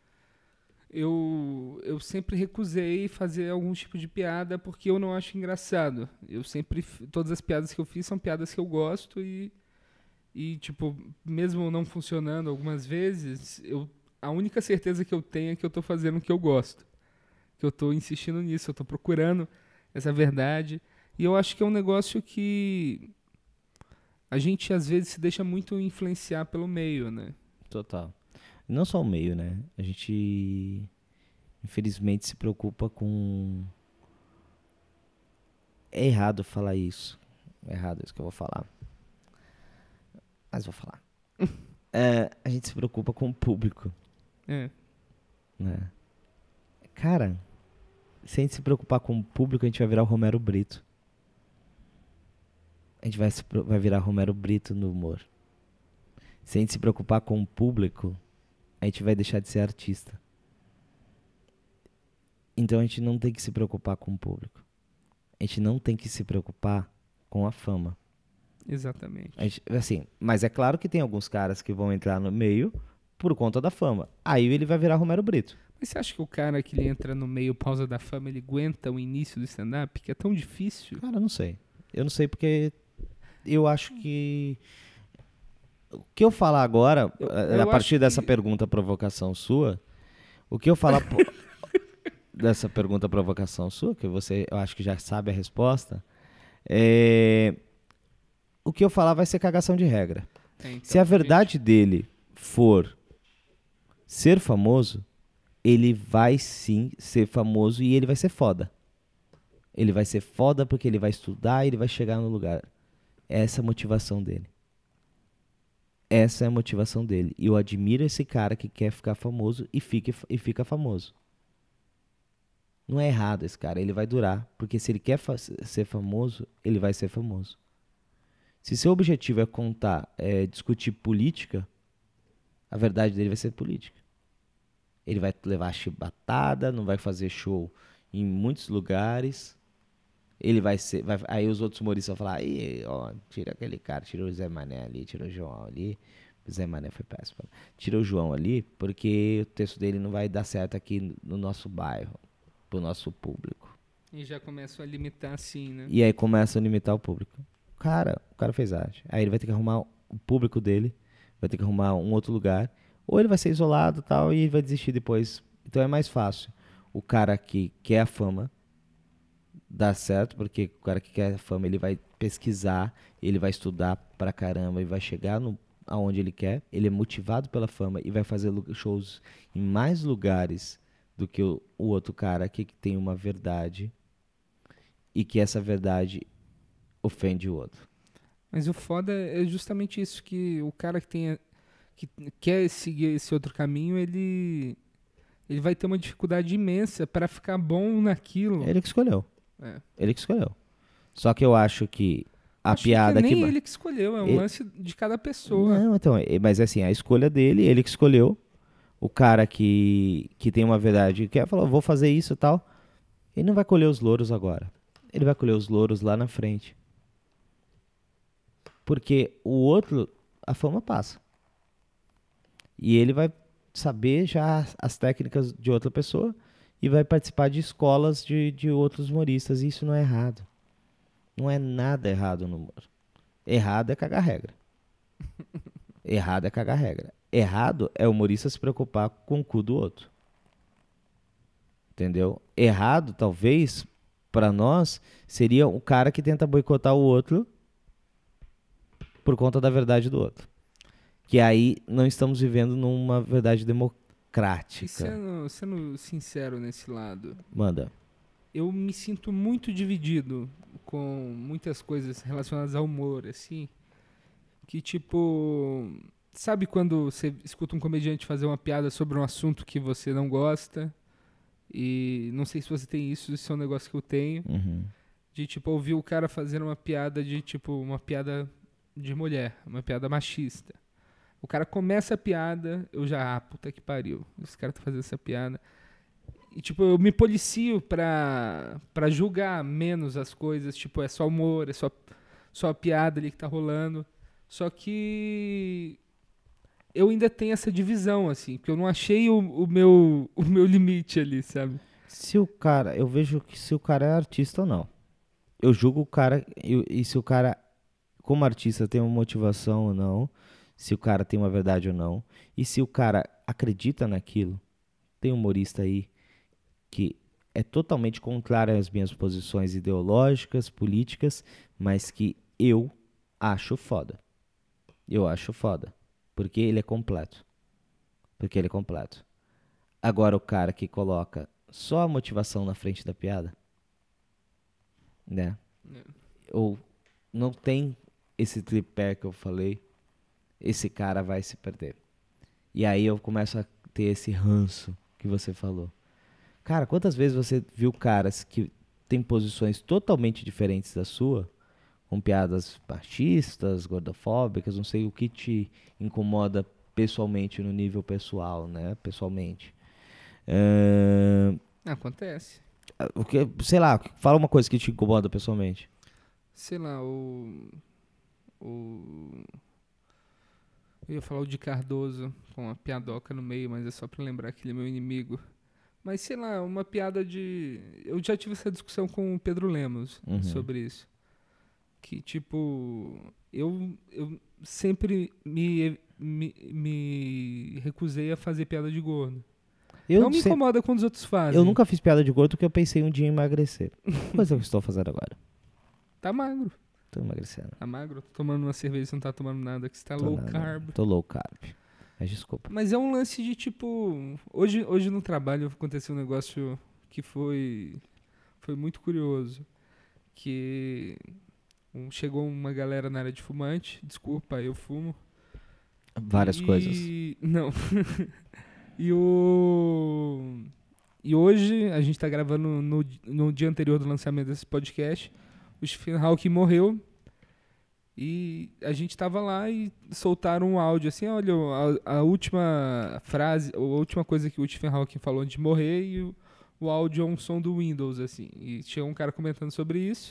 eu, eu sempre recusei fazer algum tipo de piada porque eu não acho engraçado. Eu sempre, f- todas as piadas que eu fiz são piadas que eu gosto e, e tipo, mesmo não funcionando algumas vezes, eu, a única certeza que eu tenho é que eu tô fazendo o que eu gosto. Que eu tô insistindo nisso, eu tô procurando essa verdade. E eu acho que é um negócio que a gente às vezes se deixa muito influenciar pelo meio, né? Total. Não só o meio, né? A gente, infelizmente, se preocupa com... É errado falar isso. É errado isso que eu vou falar. Mas vou falar. É, a gente se preocupa com o público, É. né? Cara, se a gente se preocupar com o público, a gente vai virar o Romero Brito. A gente vai, se pro- vai virar Romero Brito no humor. Se a gente se preocupar com o público, a gente vai deixar de ser artista. Então a gente não tem que se preocupar com o público. A gente não tem que se preocupar com a fama. Exatamente. A gente- assim, mas é claro que tem alguns caras que vão entrar no meio por conta da fama. Aí ele vai virar Romero Brito. Mas você acha que o cara que ele entra no meio pausa da fama, ele aguenta o início do stand-up, que é tão difícil? Cara, eu não sei. Eu não sei porque eu acho que o que eu falar agora, Eu- a- eu a partir acho dessa que- pergunta provocação sua, o que eu falar po- dessa pergunta provocação sua, que você eu acho que já sabe a resposta, é, o que eu falar vai ser cagação de regra. É, então, Se a gente, verdade dele for ser famoso, ele vai sim ser famoso e ele vai ser foda. Ele vai ser foda porque ele vai estudar e ele vai chegar no lugar. Essa é a motivação dele. Essa é a motivação dele. E eu admiro esse cara que quer ficar famoso e fica, e fica famoso. Não é errado esse cara, ele vai durar. Porque se ele quer fa- ser famoso, ele vai ser famoso. Se seu objetivo é contar, é discutir política, a verdade dele vai ser política. Ele vai levar chibatada, não vai fazer show em muitos lugares. Ele vai ser. Vai, aí os outros humoristas vão falar, aí, ó, tira aquele cara, tira o Zé Mané ali, tira o João ali. O Zé Mané foi péssimo. Tira o João ali, porque o texto dele não vai dar certo aqui no nosso bairro, pro nosso público. E já começam a limitar assim, né? E aí começa a limitar o público. Cara, o cara fez arte. Aí ele vai ter que arrumar o público dele, vai ter que arrumar um outro lugar, ou ele vai ser isolado e tal, e vai desistir depois. Então é mais fácil o cara que quer a fama dar certo, porque o cara que quer a fama, ele vai pesquisar, ele vai estudar pra caramba e vai chegar no, aonde ele quer, ele é motivado pela fama e vai fazer lu- shows em mais lugares do que o, o outro cara que tem uma verdade e que essa verdade ofende o outro. Mas o foda é justamente isso, que o cara que tem a- que quer seguir esse outro caminho, ele ele vai ter uma dificuldade imensa para ficar bom naquilo. É ele que escolheu. É. Ele que escolheu. Só que eu acho que a Acho piada que que... nem ba- ele que escolheu, é um Ele- lance de cada pessoa. Não, então, é- mas assim, a escolha dele, ele que escolheu. O cara que, que tem uma verdade, que falou, vou fazer isso e tal, ele não vai colher os louros agora. Ele vai colher os louros lá na frente. Porque o outro, a fama passa. E ele vai saber já as- as técnicas de outra pessoa e vai participar de escolas de, de outros humoristas. E isso não é errado. Não é nada errado no humor. Errado é cagar regra. Errado é cagar regra. Errado é o humorista se preocupar com o cu do outro. Entendeu? Errado, talvez, pra nós, seria o cara que tenta boicotar o outro por conta da verdade do outro. Que aí não estamos vivendo numa verdade E democrática. sendo, sendo sincero nesse lado, Manda. eu me sinto muito dividido com muitas coisas relacionadas ao humor, assim, que tipo, sabe quando você escuta um comediante fazer uma piada sobre um assunto que você não gosta? E não sei se você tem isso, isso é um negócio que eu tenho, Uhum. de tipo ouvir o cara fazendo uma piada de tipo uma piada de mulher, uma piada machista. O cara começa a piada, eu já, ah, puta que pariu, esse cara tá fazendo essa piada. E, tipo, eu me policio pra, pra julgar menos as coisas. Tipo, é só humor, é só, só a piada ali que tá rolando. Só que eu ainda tenho essa divisão, assim. Porque eu não achei o, o, meu, o meu limite ali, sabe? Se o cara, eu vejo que se o cara é artista ou não. Eu julgo o cara, e, e se o cara, como artista, tem uma motivação ou não. Se o cara tem uma verdade ou não. E se o cara acredita naquilo. Tem humorista aí que é totalmente contrário às minhas posições ideológicas, políticas, mas que eu acho foda. Eu acho foda. Porque ele é completo. Porque ele é completo. Agora o cara que coloca só a motivação na frente da piada, né? Ou não tem esse tripé que eu falei, esse cara vai se perder. E aí eu começo a ter esse ranço que você falou. Cara, quantas vezes você viu caras que têm posições totalmente diferentes da sua, com piadas machistas, gordofóbicas, não sei o que te incomoda pessoalmente, no nível pessoal, né? Pessoalmente. Ahn, Acontece. o que, sei lá, fala uma coisa que te incomoda pessoalmente. Sei lá, o... o eu ia falar o de Cardoso, com uma piadoca no meio, mas é só pra lembrar que ele é meu inimigo. Mas sei lá, uma piada de... Eu já tive essa discussão com o Pedro Lemos Uhum. sobre isso. Que, tipo, eu, eu sempre me, me, me recusei a fazer piada de gordo. Eu, Não me sei- incomoda quando os outros fazem. eu nunca fiz piada de gordo porque eu pensei um dia em emagrecer. Coisa que eu estou fazendo agora. Tá magro. Tô emagrecendo. Tá magro? Tô tomando uma cerveja e você não tá tomando nada, que você tá Tô low nada. carb. Tô low carb. Mas desculpa. Mas é um lance de, tipo... Hoje, hoje no trabalho aconteceu um negócio que foi, foi muito curioso. Que um- chegou uma galera na área de fumante. Desculpa, eu fumo. Várias E- coisas. Não. E o... E hoje, a gente tá gravando no, no dia anterior do lançamento desse podcast. O Stephen Hawking morreu. E a gente tava lá e soltaram um áudio assim, olha, a, a última frase, a última coisa que o Stephen Hawking falou antes de morrer, e o, o áudio é um som do Windows, assim. E chegou um cara comentando sobre isso.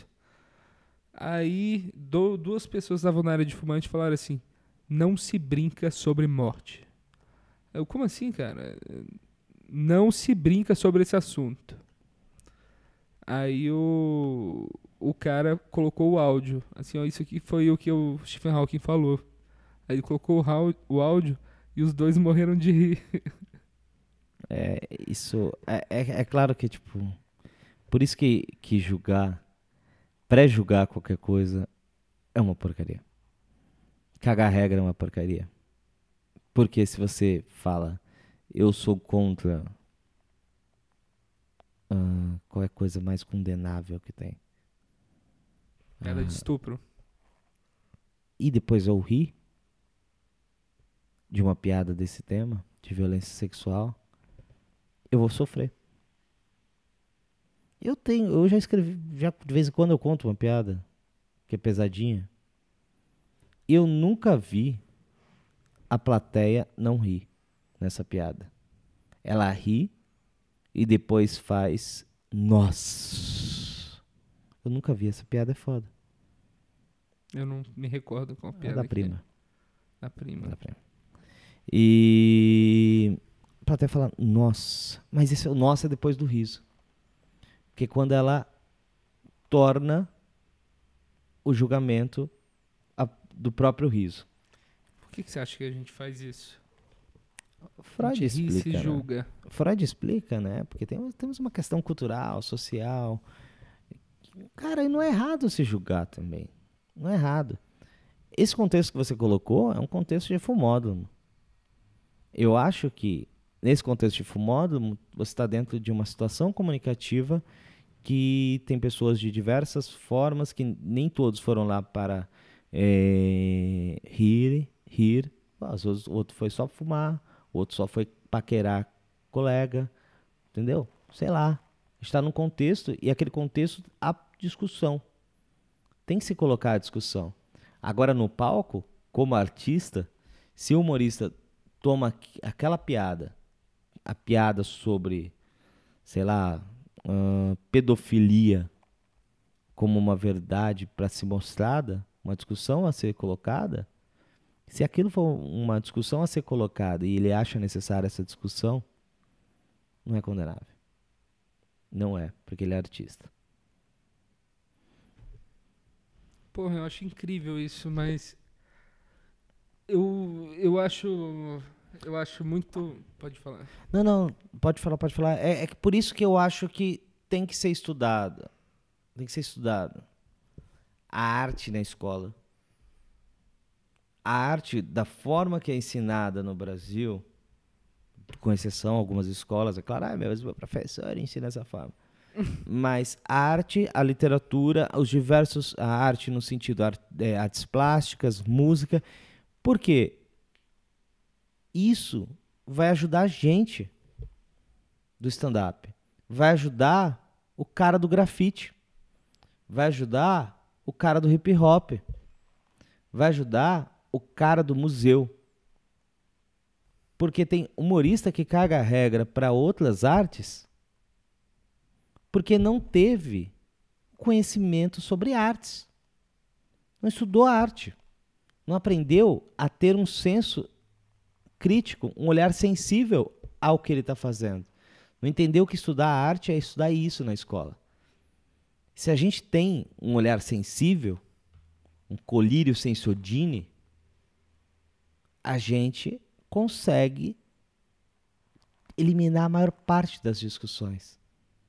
Aí, do- duas pessoas estavam na área de fumante e falaram assim, não se brinca sobre morte. Eu, como assim, cara? Não se brinca sobre esse assunto. Aí o, o cara colocou o áudio. Assim, ó, isso aqui foi o que o Stephen Hawking falou. Aí ele colocou o, rau- o áudio e os dois morreram de rir. É, isso. É, é, é claro que, tipo. Por isso que, que julgar, pré-julgar qualquer coisa é uma porcaria. Cagar regra é uma porcaria. Porque se você fala, eu sou contra ah, qual é a coisa mais condenável que tem? Piada de estupro. E depois eu ri de uma piada desse tema, de violência sexual, eu vou sofrer. Eu tenho, eu já escrevi, já de vez em quando eu conto uma piada que é pesadinha. Eu nunca vi a plateia não rir nessa piada. Ela ri e depois faz nossa. Eu nunca vi, essa piada é foda. Eu não me recordo qual É piada da que prima. é. Da prima. É da prima. E a plateia fala nossa, mas esse é o nossa é depois do riso. Porque quando ela torna o julgamento a- do próprio riso. Por que, que você acha que a gente faz isso? Freud a gente ri e se explica, né? julga. Freud explica, né? Porque tem, temos uma questão cultural, social. Cara, e não é errado se julgar também. Não é errado. Esse contexto que você colocou é um contexto de fumódromo. Eu acho que, nesse contexto de fumódromo, você está dentro de uma situação comunicativa que tem pessoas de diversas formas, que nem todos foram lá para eh, rir, rir. Às vezes o outro foi só fumar, o outro só foi paquerar colega, entendeu? Sei lá. Está num contexto, e aquele contexto, há discussão. Tem que se colocar a discussão. Agora, no palco, como artista, se o humorista toma aqu- aquela piada, a piada sobre, sei lá, ahn, pedofilia, como uma verdade para ser mostrada, uma discussão a ser colocada, se aquilo for uma discussão a ser colocada e ele acha necessária essa discussão, não é condenável. Não é, porque ele é artista. Porra, eu acho incrível isso, mas eu, eu acho eu acho muito... Pode falar. Não, não, pode falar, pode falar. É, é que por isso que eu acho que tem que ser estudado. Tem que ser estudado. A arte na escola. A arte, da forma que é ensinada no Brasil, com exceção a algumas escolas, é claro, ah, meu, meu professor ensina dessa forma. Mas a arte, a literatura, os diversos, a arte no sentido ar- é, artes plásticas, música, por quê? Isso vai ajudar a gente do stand-up, vai ajudar o cara do grafite, vai ajudar o cara do hip hop, vai ajudar o cara do museu. Porque tem humorista que caga a regra para outras artes porque não teve conhecimento sobre artes. Não estudou arte. Não aprendeu a ter um senso crítico, um olhar sensível ao que ele está fazendo. Não entendeu que estudar arte é estudar isso na escola. Se a gente tem um olhar sensível, um colírio sensodine, a gente consegue eliminar a maior parte das discussões.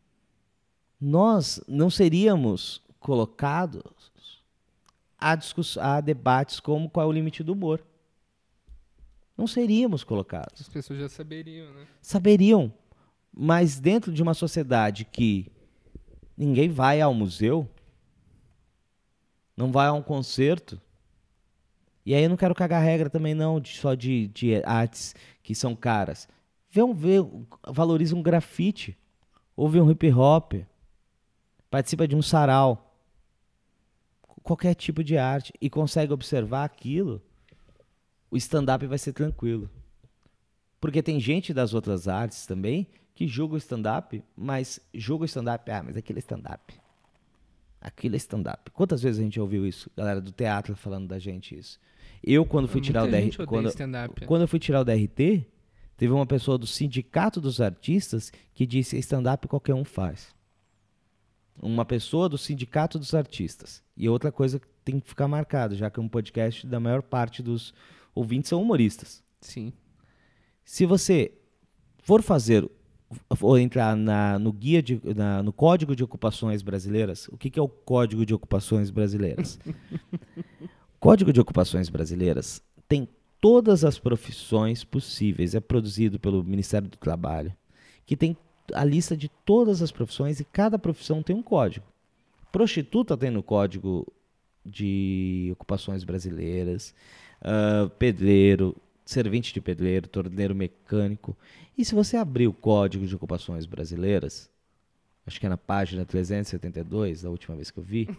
Nós não seríamos colocados a, discuss- a debates como qual é o limite do humor. Não seríamos colocados. As pessoas já saberiam, né? Saberiam, mas dentro de uma sociedade que ninguém vai ao museu, não vai a um concerto, e aí eu não quero cagar regra também não, de- só de, de artes que são caras. Vão ver, valoriza um grafite, ouve um hip hop, participa de um sarau, qualquer tipo de arte, e consegue observar aquilo, o stand-up vai ser tranquilo. Porque tem gente das outras artes também que julga o stand-up, mas julga o stand-up, ah, mas aquilo é stand-up. Aquilo é stand-up. Quantas vezes a gente ouviu isso, galera do teatro falando da gente isso? Eu, quando fui tirar o Muita D R gente T, odeia quando, stand-up. quando eu fui tirar o D R T, teve uma pessoa do Sindicato dos Artistas que disse stand-up qualquer um faz. Uma pessoa do Sindicato dos Artistas. E outra coisa que tem que ficar marcado, já que é um podcast da maior parte dos ouvintes são humoristas. Sim. Se você for fazer, for entrar na, no guia de, na, no Código de Ocupações Brasileiras, o que, que é o Código de Ocupações Brasileiras? O Código de Ocupações Brasileiras tem todas as profissões possíveis, é produzido pelo Ministério do Trabalho, que tem a lista de todas as profissões e cada profissão tem um código. Prostituta tem no Código de Ocupações Brasileiras, uh, pedreiro, servente de pedreiro, torneiro mecânico. E se você abrir o Código de Ocupações Brasileiras, acho que é na página trezentos e setenta e dois, da última vez que eu vi,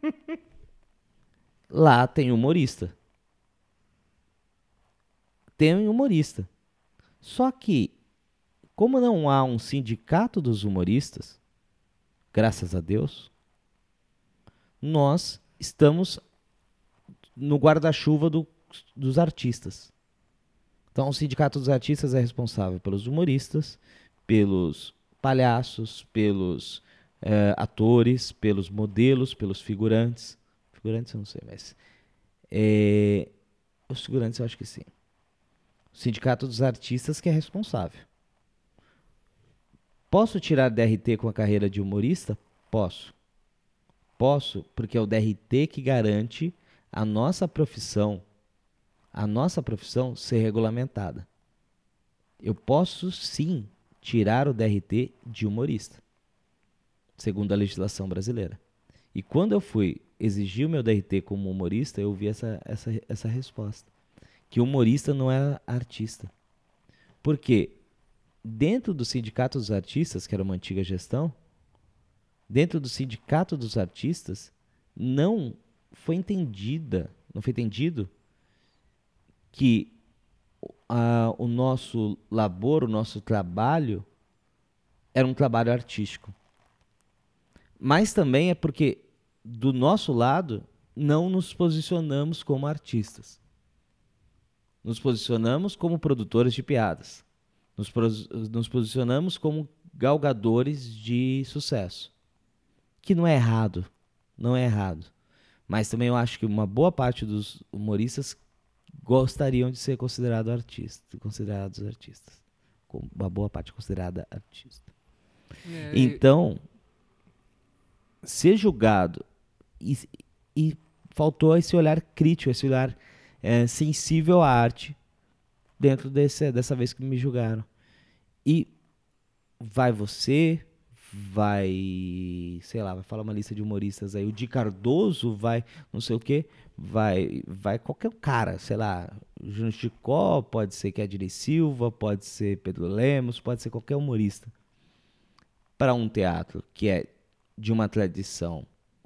lá tem humorista. Tem um humorista. Só que, como não há um sindicato dos humoristas, graças a Deus, nós estamos no guarda-chuva do, dos artistas. Então, o Sindicato dos Artistas é responsável pelos humoristas, pelos palhaços, pelos eh, atores, pelos modelos, pelos figurantes. Figurantes eu não sei, mas... Eh, os figurantes eu acho que sim. O Sindicato dos Artistas que é responsável. Posso tirar D R T com a carreira de humorista? Posso. Posso, porque é o D R T que garante a nossa profissão, a nossa profissão ser regulamentada. Eu posso, sim, tirar o D R T de humorista, segundo a legislação brasileira. E quando eu fui exigir o meu D R T como humorista, eu ouvi essa, essa, essa resposta. Que humorista não é artista. Porque dentro do Sindicato dos Artistas, que era uma antiga gestão, dentro do Sindicato dos Artistas, não foi entendida, não foi entendido que a, o nosso labor, o nosso trabalho era um trabalho artístico. Mas também é porque, do nosso lado, não nos posicionamos como artistas. Nos posicionamos como produtores de piadas. Nos, nos posicionamos como galgadores de sucesso. Que não é errado. Não é errado. Mas também eu acho que uma boa parte dos humoristas gostariam de ser considerado artista, considerados artistas. Uma boa parte considerada artista. É, então, ser julgado e, e faltou esse olhar crítico, esse olhar é, sensível à arte dentro desse, dessa vez que me julgaram. E vai você, vai, sei lá, vai falar uma lista de humoristas aí, o Di Cardoso, vai não sei o quê, vai, vai qualquer cara, sei lá, Júnior Chicó, pode ser Kedney Silva, pode ser Pedro Lemos, pode ser qualquer humorista. Para um teatro que é de uma tradição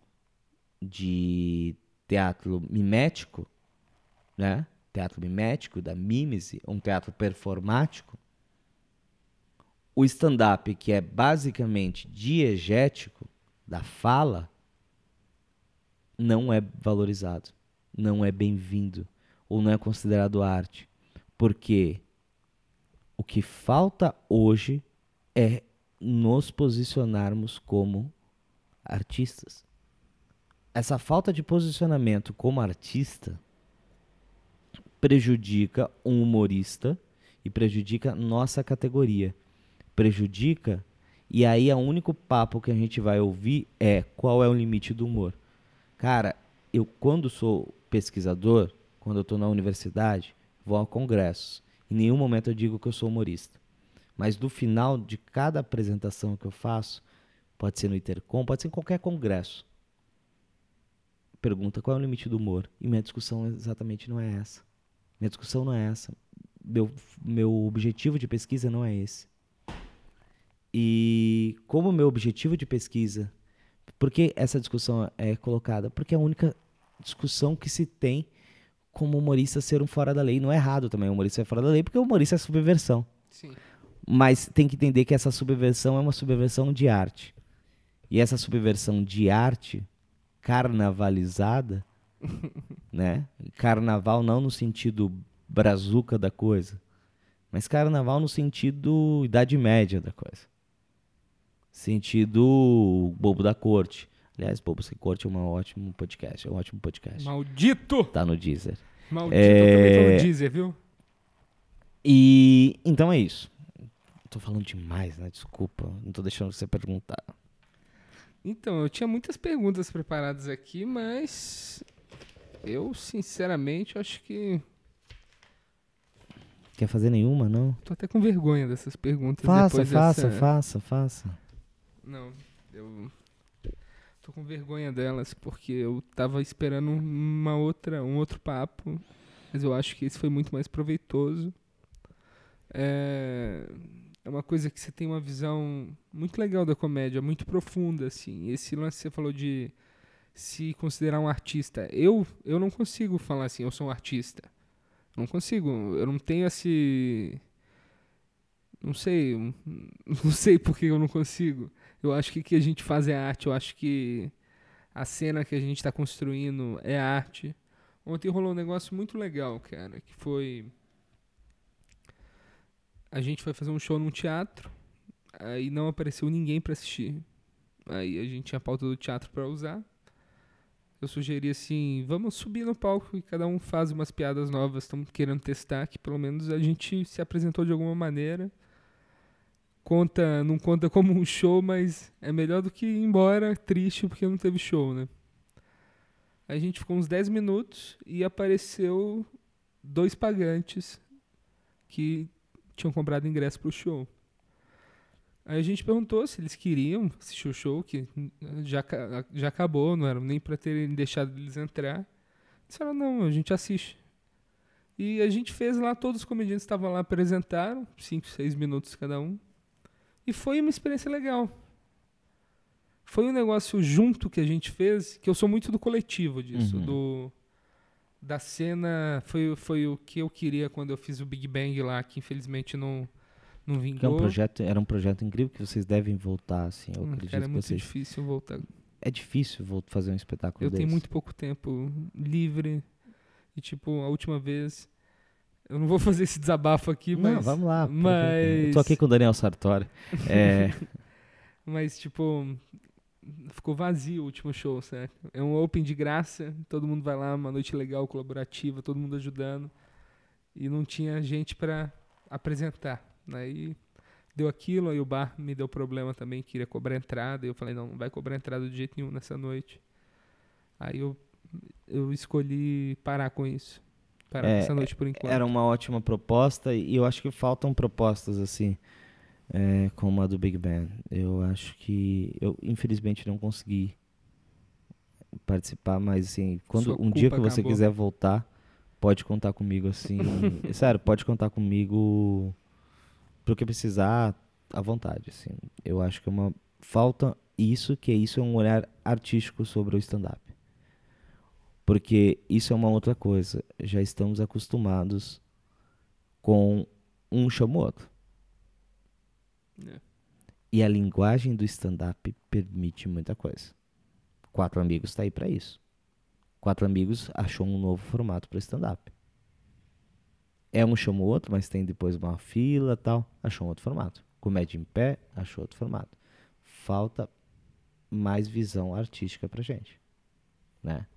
de teatro mimético, né? Teatro mimético, da mímese, um teatro performático, o stand-up, que é basicamente diegético, da fala, não é valorizado, não é bem-vindo, ou não é considerado arte. Porque o que falta hoje é nos posicionarmos como artistas. Essa falta de posicionamento como artista prejudica um humorista e prejudica nossa categoria. Prejudica, e aí o único papo que a gente vai ouvir é qual é o limite do humor. Cara, eu quando sou pesquisador, quando eu estou na universidade, vou a congressos. Em nenhum momento eu digo que eu sou humorista. Mas no final de cada apresentação que eu faço, pode ser no Intercom, pode ser em qualquer congresso, pergunta qual é o limite do humor. E minha discussão exatamente não é essa. Minha discussão não é essa. Meu, meu objetivo de pesquisa não é esse. E como meu objetivo de pesquisa, por que essa discussão é colocada? Porque é a única discussão que se tem como humorista ser um fora da lei. Não é errado também o humorista ser fora da lei, porque o humorista é subversão. Sim. Mas tem que entender que essa subversão é uma subversão de arte. E essa subversão de arte carnavalizada, né? Carnaval não no sentido brazuca da coisa, mas carnaval no sentido Idade Média da coisa. Sentido Bobo da Corte. Aliás, Bobo Sem Corte é um ótimo podcast. É um ótimo podcast. Maldito! Tá no Deezer. Maldito, É, eu também tô no Deezer, viu? E então é isso. Tô falando demais, né? Desculpa, não tô deixando você perguntar. Então, eu tinha muitas perguntas preparadas aqui, mas eu, sinceramente, acho que Quer fazer nenhuma, não? tô até com vergonha dessas perguntas. Faça, depois faça, dessa... faça, faça. Não, eu tô com vergonha delas, porque eu tava esperando uma outra, um outro papo, mas eu acho que esse foi muito mais proveitoso. É, é uma coisa que você tem uma visão muito legal da comédia, muito profunda, assim. Esse lance que você falou de se considerar um artista. Eu, eu não consigo falar assim, eu sou um artista. Não consigo, eu não tenho esse... Não sei, um- não sei por que eu não consigo. Eu acho que o que a gente faz é arte, eu acho que a cena que a gente está construindo é arte. Ontem rolou um negócio muito legal, cara, que foi... A gente foi fazer um show num teatro, aí não apareceu ninguém pra assistir. Aí a gente tinha a pauta do teatro pra usar. Eu sugeri assim, vamos subir no palco e cada um faz umas piadas novas, estamos querendo testar, que pelo menos a gente se apresentou de alguma maneira. Conta, não conta como um show, mas é melhor do que ir embora triste porque não teve show, né? Aí a gente ficou uns dez minutos e apareceu dois pagantes que tinham comprado ingresso pro show. Aí a gente perguntou se eles queriam assistir o show, que já, ca- já acabou, não era nem pra terem deixado eles entrar. Eles disseram, não, a gente assiste. E a gente fez lá, todos os comediantes estavam lá, apresentaram, cinco, seis minutos cada um. E foi uma experiência legal. Foi um negócio junto que a gente fez, que eu sou muito do coletivo disso, Uhum. do... Da cena, foi, foi o que eu queria quando eu fiz o Big Bang lá, que infelizmente não, não vingou. Que é um projeto, era um projeto incrível que vocês devem voltar, assim. Eu Hum, acredito cara, é que muito vocês... difícil voltar. É difícil vol- fazer um espetáculo Eu desse. tenho muito pouco tempo livre. E, tipo, a última vez... Eu não vou fazer esse desabafo aqui, Não, mas... vamos lá. aproveita. Mas... Eu tô aqui com o Daniel Sartori. É, Mas, tipo... Ficou vazio o último show, certo? É um open de graça. Todo mundo vai lá, uma noite legal, colaborativa. Todo mundo ajudando. E não tinha gente pra apresentar. Aí... Deu aquilo, aí o bar me deu problema também, queria cobrar entrada. E eu falei, não, não vai cobrar entrada de jeito nenhum nessa noite. Aí eu, eu escolhi parar com isso. Parar É, com essa noite por enquanto. era uma ótima proposta e eu acho que faltam propostas assim, é, como a do Big Bang. Eu acho que eu infelizmente não consegui participar, mas assim, quando Sua um dia culpa que você acabou. quiser voltar, pode contar comigo assim. Sério, pode contar comigo pro que precisar à vontade, assim. Eu acho que é uma falta isso, que isso é um olhar artístico sobre o stand-up. Porque isso é uma outra coisa. Já estamos acostumados com um chama o outro. É. E a linguagem do stand-up permite muita coisa. Quatro Amigos está aí para isso. Quatro Amigos achou um novo formato para stand-up. É um chama o outro, mas tem depois uma fila e tal. Achou um outro formato. Comédia em pé, achou outro formato. Falta mais visão artística pra gente, né?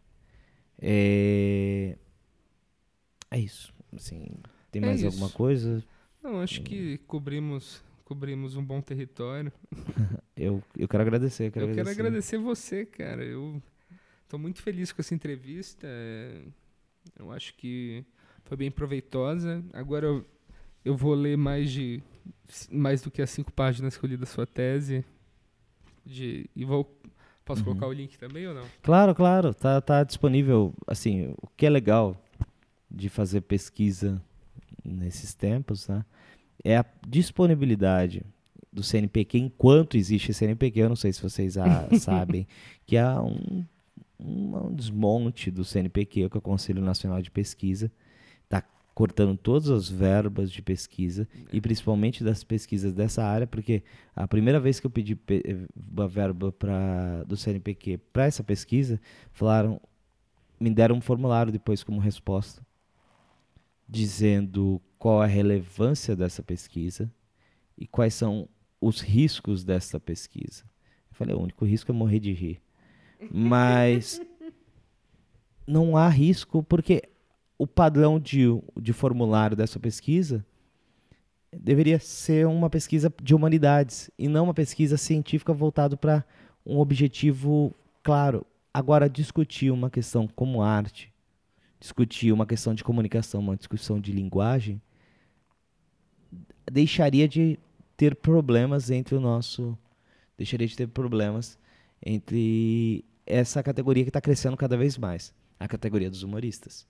É, é isso. Assim, tem É mais isso. alguma coisa? Não, acho que cobrimos, cobrimos um bom território. Eu, eu quero agradecer. Eu quero eu quero agradecer. agradecer você, cara. Eu tô muito feliz com essa entrevista. é, Eu acho que foi bem proveitosa. Agora eu, eu vou ler mais de mais do que as cinco páginas que eu li da sua tese. De, e vou, posso Uhum. colocar o link também ou não? Claro, claro. Tá, tá disponível. Assim, o que é legal de fazer pesquisa nesses tempos, né? É a disponibilidade do C N P Q, enquanto existe C N P Q, eu não sei se vocês ah, sabem, que há um, um, um desmonte do C N P Q, que é o Conselho Nacional de Pesquisa, está cortando todas as verbas de pesquisa, e principalmente das pesquisas dessa área, porque a primeira vez que eu pedi pe- uma verba pra, do C N P Q para essa pesquisa, falaram, me deram um formulário depois como resposta, dizendo qual a relevância dessa pesquisa e quais são os riscos dessa pesquisa. Eu falei, o único risco é morrer de rir. Mas não há risco porque o padrão de, de formulário dessa pesquisa deveria ser uma pesquisa de humanidades e não uma pesquisa científica voltada para um objetivo claro. Agora, discutir uma questão como arte, discutir uma questão de comunicação, uma discussão de linguagem, deixaria de ter problemas entre o nosso... Deixaria de ter problemas entre essa categoria que está crescendo cada vez mais, a categoria dos humoristas.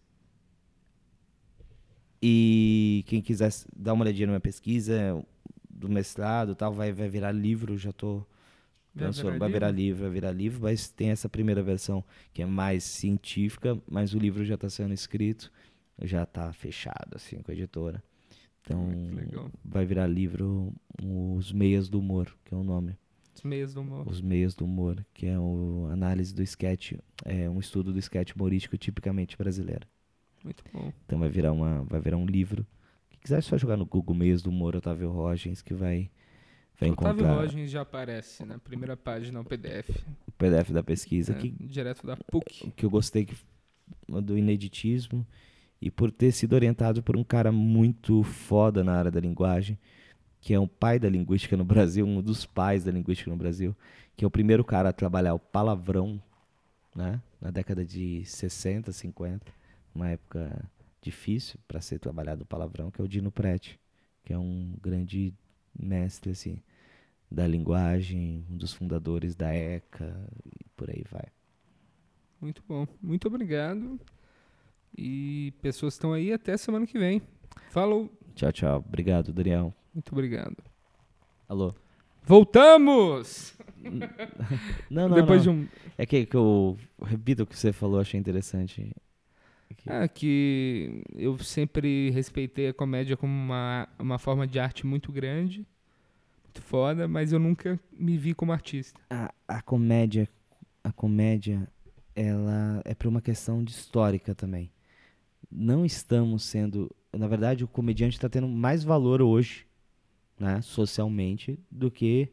E quem quiser dar uma olhadinha na minha pesquisa do mestrado, tal, vai, vai virar livro, já estou... Vai, vai virar livro, vai virar livro, mas tem essa primeira versão que é mais científica, mas o livro já está sendo escrito, já está fechado assim com a editora. Então vai virar livro Os Meias do Humor, que é o nome. Os Meias do Humor. Os Meias do Humor, que é a análise do sketch, é um estudo do sketch humorístico tipicamente brasileiro. Muito bom. Então vai virar, uma, vai virar um livro. Quem quiser é só jogar no Google Meias do Humor, Otávio Rogens, que vai... Vai Otávio encontrar Rogens já aparece na primeira página, o P D F. O P D F da pesquisa. É, que, direto da P U C. Que eu gostei que, do ineditismo e por ter sido orientado por um cara muito foda na área da linguagem, que é um pai da linguística no Brasil, um dos pais da linguística no Brasil, que é o primeiro cara a trabalhar o palavrão, né, na década de sessenta, cinquenta, uma época difícil para ser trabalhado o palavrão, que é o Dino Preti, que é um grande mestre assim, da linguagem, um dos fundadores da ECA, e por aí vai. Muito bom. Muito obrigado. E pessoas estão aí até semana que vem. Falou. Tchau, tchau. Obrigado, Daniel. Muito obrigado. Alô? Voltamos! Não, não, Depois não. De um... É que, que eu repito o que você falou, achei interessante. Aqui. Ah, que eu sempre respeitei a comédia como uma, uma forma de arte muito grande, muito foda, mas eu nunca me vi como artista. A, a comédia, a comédia, ela é por uma questão de histórica também. Não estamos sendo... Na verdade, o comediante está tendo mais valor hoje, né, socialmente, do que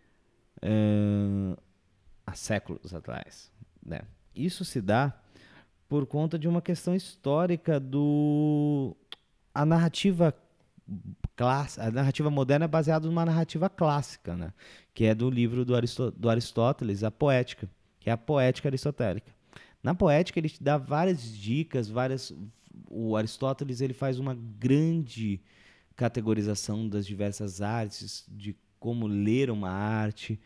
uh, há séculos atrás, né? Isso se dá por conta de uma questão histórica do... A narrativa clássica, a narrativa moderna é baseada numa narrativa clássica, né? Que é do livro do, Aristó do Aristóteles, a Poética, que é a poética aristotélica. Na poética ele te dá várias dicas, várias... O Aristóteles ele faz uma grande categorização das diversas artes, de como ler uma arte,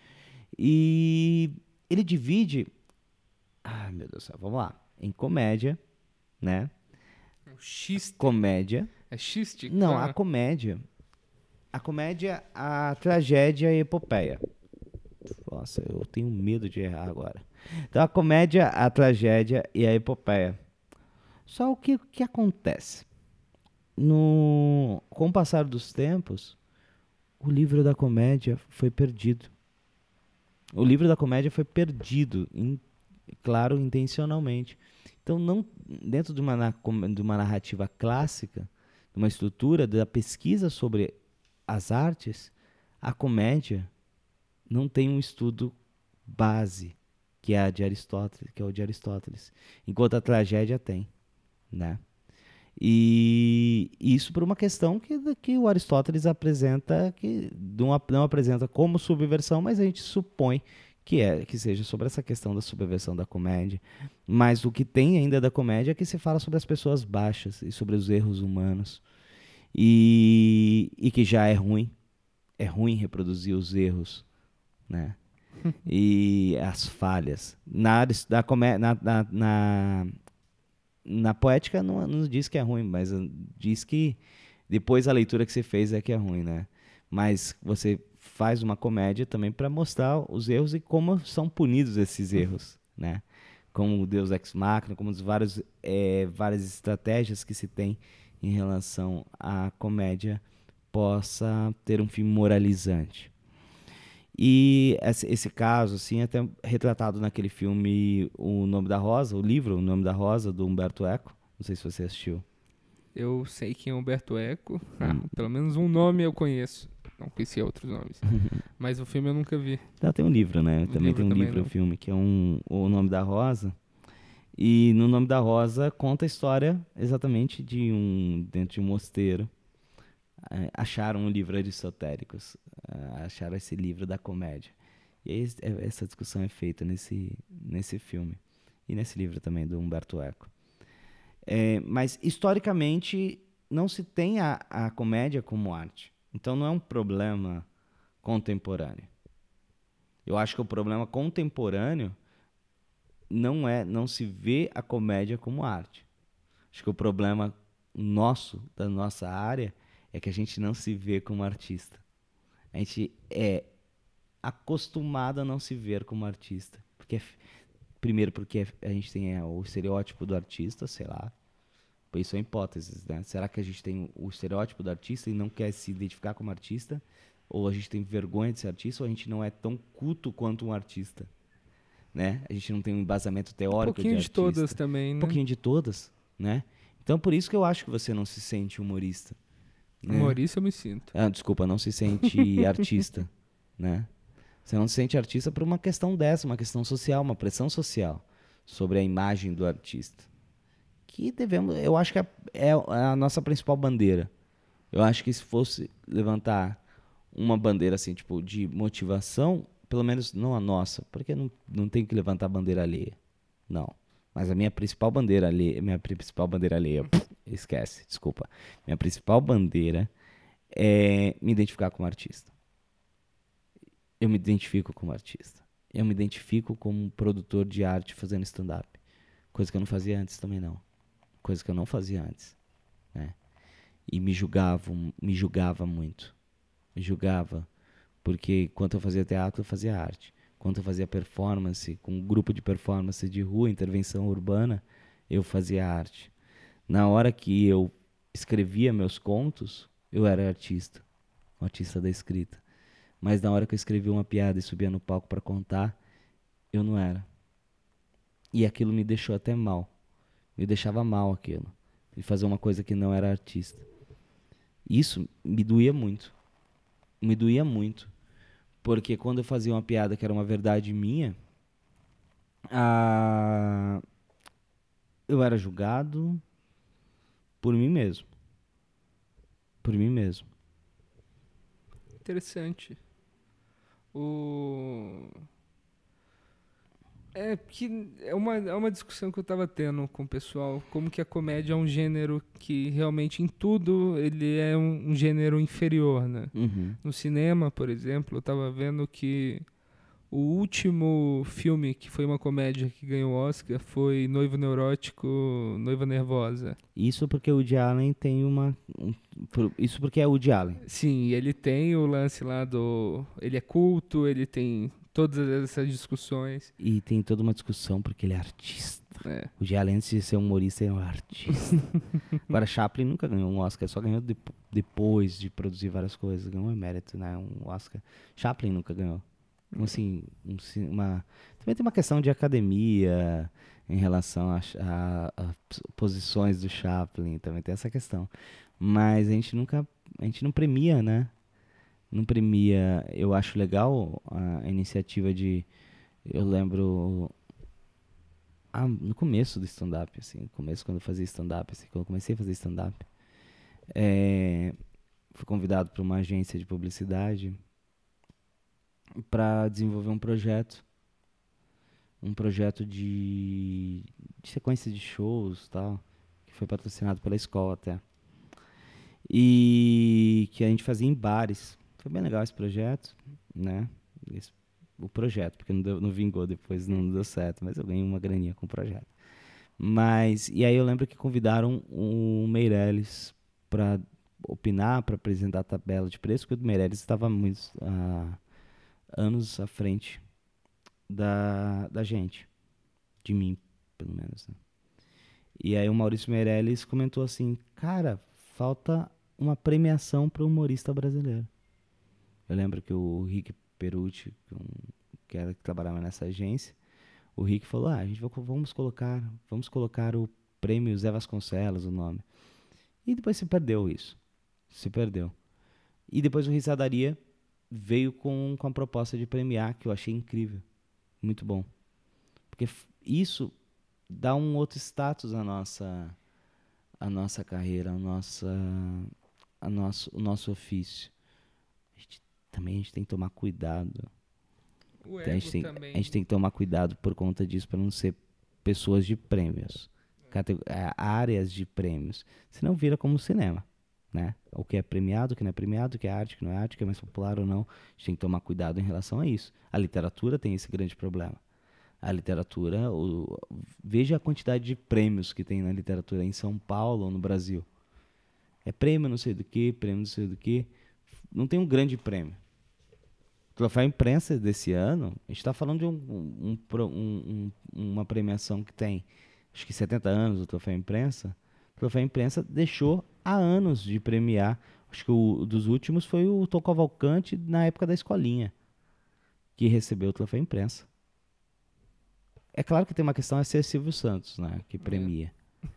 e ele divide... Ai, meu Deus do céu, vamos lá. Em comédia, né? Xiste. Comédia. É xiste? Não, ah. a comédia. A comédia, a tragédia e a epopeia. Nossa, eu tenho medo de errar agora. Então, a comédia, a tragédia e a epopeia. Só o que, o que acontece? No, com o passar dos tempos, o livro da comédia foi perdido. O livro da comédia foi perdido, em, claro, intencionalmente. Então, não, dentro de uma, de uma narrativa clássica, de uma estrutura da pesquisa sobre as artes, a comédia não tem um estudo base, que é a de Aristóteles, que é o de Aristóteles, enquanto a tragédia tem, né? E isso por uma questão que, que o Aristóteles apresenta, que não, não apresenta como subversão, mas a gente supõe que, é, que seja sobre essa questão da subversão da comédia. Mas o que tem ainda da comédia é que se fala sobre as pessoas baixas e sobre os erros humanos. E, e que já é ruim. É ruim reproduzir os erros, né? E as falhas. Na, na, na, na, na, na poética não, não diz que é ruim, mas diz que depois a leitura que você fez é que é ruim, né? Mas você faz uma comédia também para mostrar os erros e como são punidos esses erros, né? Como o Deus Ex Machina, como os vários, é, várias estratégias que se tem em relação à comédia possa ter um fim moralizante. E esse, esse caso, assim, é até retratado naquele filme O Nome da Rosa, o livro O Nome da Rosa, do Humberto Eco. Não sei se você assistiu. Eu sei quem é Humberto Eco. Ah, pelo menos um nome eu conheço. Não conhecia outros nomes. Mas o filme eu nunca vi. Não, tem um livro, né? O também livro tem um também livro, não. um filme, que é um, O Nome da Rosa. E No Nome da Rosa conta a história exatamente de um, dentro de um mosteiro, eh, acharam um livro aristotéricos, eh, acharam esse livro da comédia. E aí, es- eh, essa discussão é feita nesse, nesse filme. E nesse livro também, do Humberto Eco. É, mas, historicamente, não se tem a, a comédia como arte. Então, não é um problema contemporâneo. Eu acho que o problema contemporâneo não é, não se vê a comédia como arte. Acho que o problema nosso, da nossa área, é que a gente não se vê como artista. A gente é acostumado a não se ver como artista. Porque é f- primeiro porque é- a gente tem é, o estereótipo do artista, sei lá. Isso são hipóteses, né? Será que a gente tem o estereótipo do artista e não quer se identificar como artista? Ou a gente tem vergonha de ser artista, ou a gente não é tão culto quanto um artista, né? A gente não tem um embasamento Um teórico pouquinho de de artista. todas também, Um né? pouquinho de todas, né? Então, por isso que eu acho que você não se sente humorista, né? Humorista eu me sinto. Ah, desculpa, não se sente artista, né? Você não se sente artista por uma questão dessa, uma questão social, uma pressão social sobre a imagem do artista. Que devemos, eu acho que é, é a nossa principal bandeira. Eu acho que se fosse levantar uma bandeira assim, tipo, de motivação, pelo menos não a nossa, porque não, não tem que levantar bandeira alheia. Não. Mas a minha principal bandeira alheia, minha principal bandeira alheia, pff, esquece, desculpa. Minha principal bandeira é me identificar como artista. Eu me identifico como artista. Eu me identifico como produtor de arte fazendo stand-up. Coisa que eu não fazia antes também não. Coisa que eu não fazia antes, né? E me julgavam, me julgava muito. Me julgava porque enquanto eu fazia teatro, eu fazia arte. Enquanto eu fazia performance, com um grupo de performance de rua, intervenção urbana, eu fazia arte. Na hora que eu escrevia meus contos, eu era artista, um artista da escrita. Mas na hora que eu escrevia uma piada e subia no palco para contar, eu não era. E aquilo me deixou até mal. Me deixava mal aquilo. De fazer uma coisa que não era artista. Isso me doía muito. Me doía muito. Porque quando eu fazia uma piada que era uma verdade minha, ah, eu era julgado por mim mesmo. Por mim mesmo. Interessante. O... É que é uma, é uma discussão que eu tava tendo com o pessoal, como que a comédia é um gênero que realmente em tudo ele é um, um gênero inferior, né? Uhum. No cinema, por exemplo, eu tava vendo que o último filme que foi uma comédia que ganhou Oscar foi Noivo Neurótico, Noiva Nervosa. Isso porque o Woody Allen tem uma... um- por- isso porque é o Woody Allen. Sim, ele tem o lance lá do... Ele é culto, ele tem todas essas discussões. E tem toda uma discussão porque ele é artista. É. O Woody Allen, antes de ser humorista, é um artista. Agora, Chaplin nunca ganhou um Oscar, só ganhou depo- depois de produzir várias coisas. Ganhou um emérito, né? Um Oscar. Chaplin nunca ganhou. Então, assim, um ci- uma... Também tem uma questão de academia em relação a, a- a ps- posições do Chaplin. Também tem essa questão. Mas a gente nunca... A gente não premia, né? Não premia... Eu acho legal a iniciativa de... Eu lembro... Ah, no começo do stand-up, assim, no começo quando eu fazia stand-up, assim, quando eu comecei a fazer stand-up, é, fui convidado para uma agência de publicidade para desenvolver um projeto, um projeto de, de sequência de shows, tal, que foi patrocinado pela escola até, e que a gente fazia em bares. Foi bem legal esse projeto, né? Esse o projeto, porque não, deu, não vingou depois, não deu certo, mas eu ganhei uma graninha com o projeto. Mas, e aí eu lembro que convidaram o Meirelles para opinar, para apresentar a tabela de preço, porque o Meirelles estava muitos ah, anos à frente da, da gente, de mim, pelo menos, né? E aí o Maurício Meirelles comentou assim, cara, falta uma premiação para o humorista brasileiro. Eu lembro que o Rick Perucci, um, que era que trabalhava nessa agência, o Rick falou, ah, a gente vai, vamos colocar, vamos colocar o prêmio Zé Vasconcelos, o nome. E depois se perdeu isso. Se perdeu. E depois o Risadaria veio com, com a proposta de premiar, que eu achei incrível. Muito bom. Porque f- isso dá um outro status à nossa, à nossa carreira, à nossa, a nosso, o nosso ofício. A gente, também a gente tem que tomar cuidado. O Então, a, gente ego tem, também. a gente tem que tomar cuidado por conta disso, para não ser pessoas de prêmios, categ- é, áreas de prêmios. Senão vira como cinema, né? O que é premiado, o que não é premiado, o que é arte, o que não é arte, o que é mais popular ou não. A gente tem que tomar cuidado em relação a isso. A literatura tem esse grande problema. A literatura, o, veja a quantidade de prêmios que tem na literatura em São Paulo ou no Brasil. É prêmio não sei do que, prêmio não sei do que. Não tem um grande prêmio. O Troféu Imprensa desse ano, a gente está falando de um, um, um, pro- um- um- uma premiação que tem, acho que setenta anos, o Troféu Imprensa. O Troféu Imprensa deixou há anos de premiar. Acho que o dos últimos foi o Tom Cavalcante, na época da escolinha, que recebeu o Troféu Imprensa. É claro que tem uma questão, é ser Silvio Santos, né, que premia.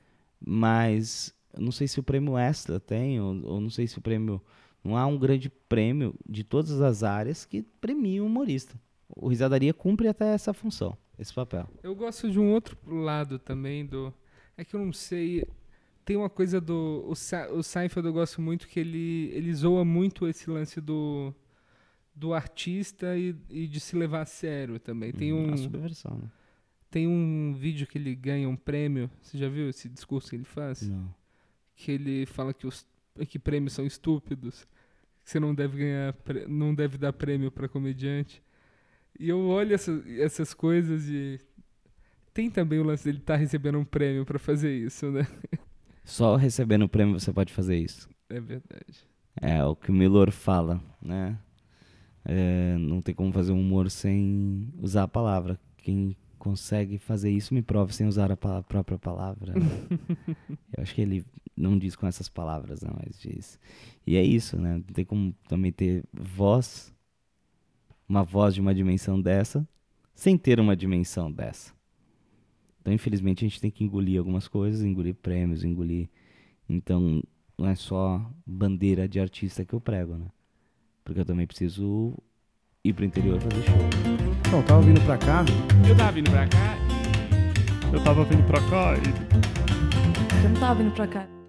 Mas eu não sei se o prêmio Extra tem, ou, ou não sei se o prêmio... Não há um grande prêmio de todas as áreas que premia o humorista. O Risadaria cumpre até essa função, esse papel. Eu gosto de um outro lado também do... É que eu não sei... Tem uma coisa do... O, Sa- o Seinfeld eu gosto muito que ele, ele zoa muito esse lance do, do artista e, e de se levar a sério também. Tem Uhum, um... a subversão, né? Tem um vídeo que ele ganha um prêmio. Você já viu esse discurso que ele faz? Não. Que ele fala que os que prêmios são estúpidos. Que você não deve ganhar, prê- não deve dar prêmio para comediante. E eu olho essa- essas coisas e tem também o lance dele estar recebendo um prêmio para fazer isso, né? Só recebendo o prêmio você pode fazer isso. É verdade. É o que o Milor fala, né? É, não tem como fazer um humor sem usar a palavra. Quem consegue fazer isso me prove sem usar a pa- própria palavra. Eu acho que ele não diz com essas palavras, não, mas diz. E é isso, né? Não tem como também ter voz, uma voz de uma dimensão dessa, sem ter uma dimensão dessa. Então, infelizmente, a gente tem que engolir algumas coisas, engolir prêmios, engolir... Então, não é só bandeira de artista que eu prego, né? Porque eu também preciso ir pro interior fazer show. Então, eu tava vindo pra cá, Eu tava vindo pra cá Eu tava vindo pra cá e Eu não tava vindo pra cá.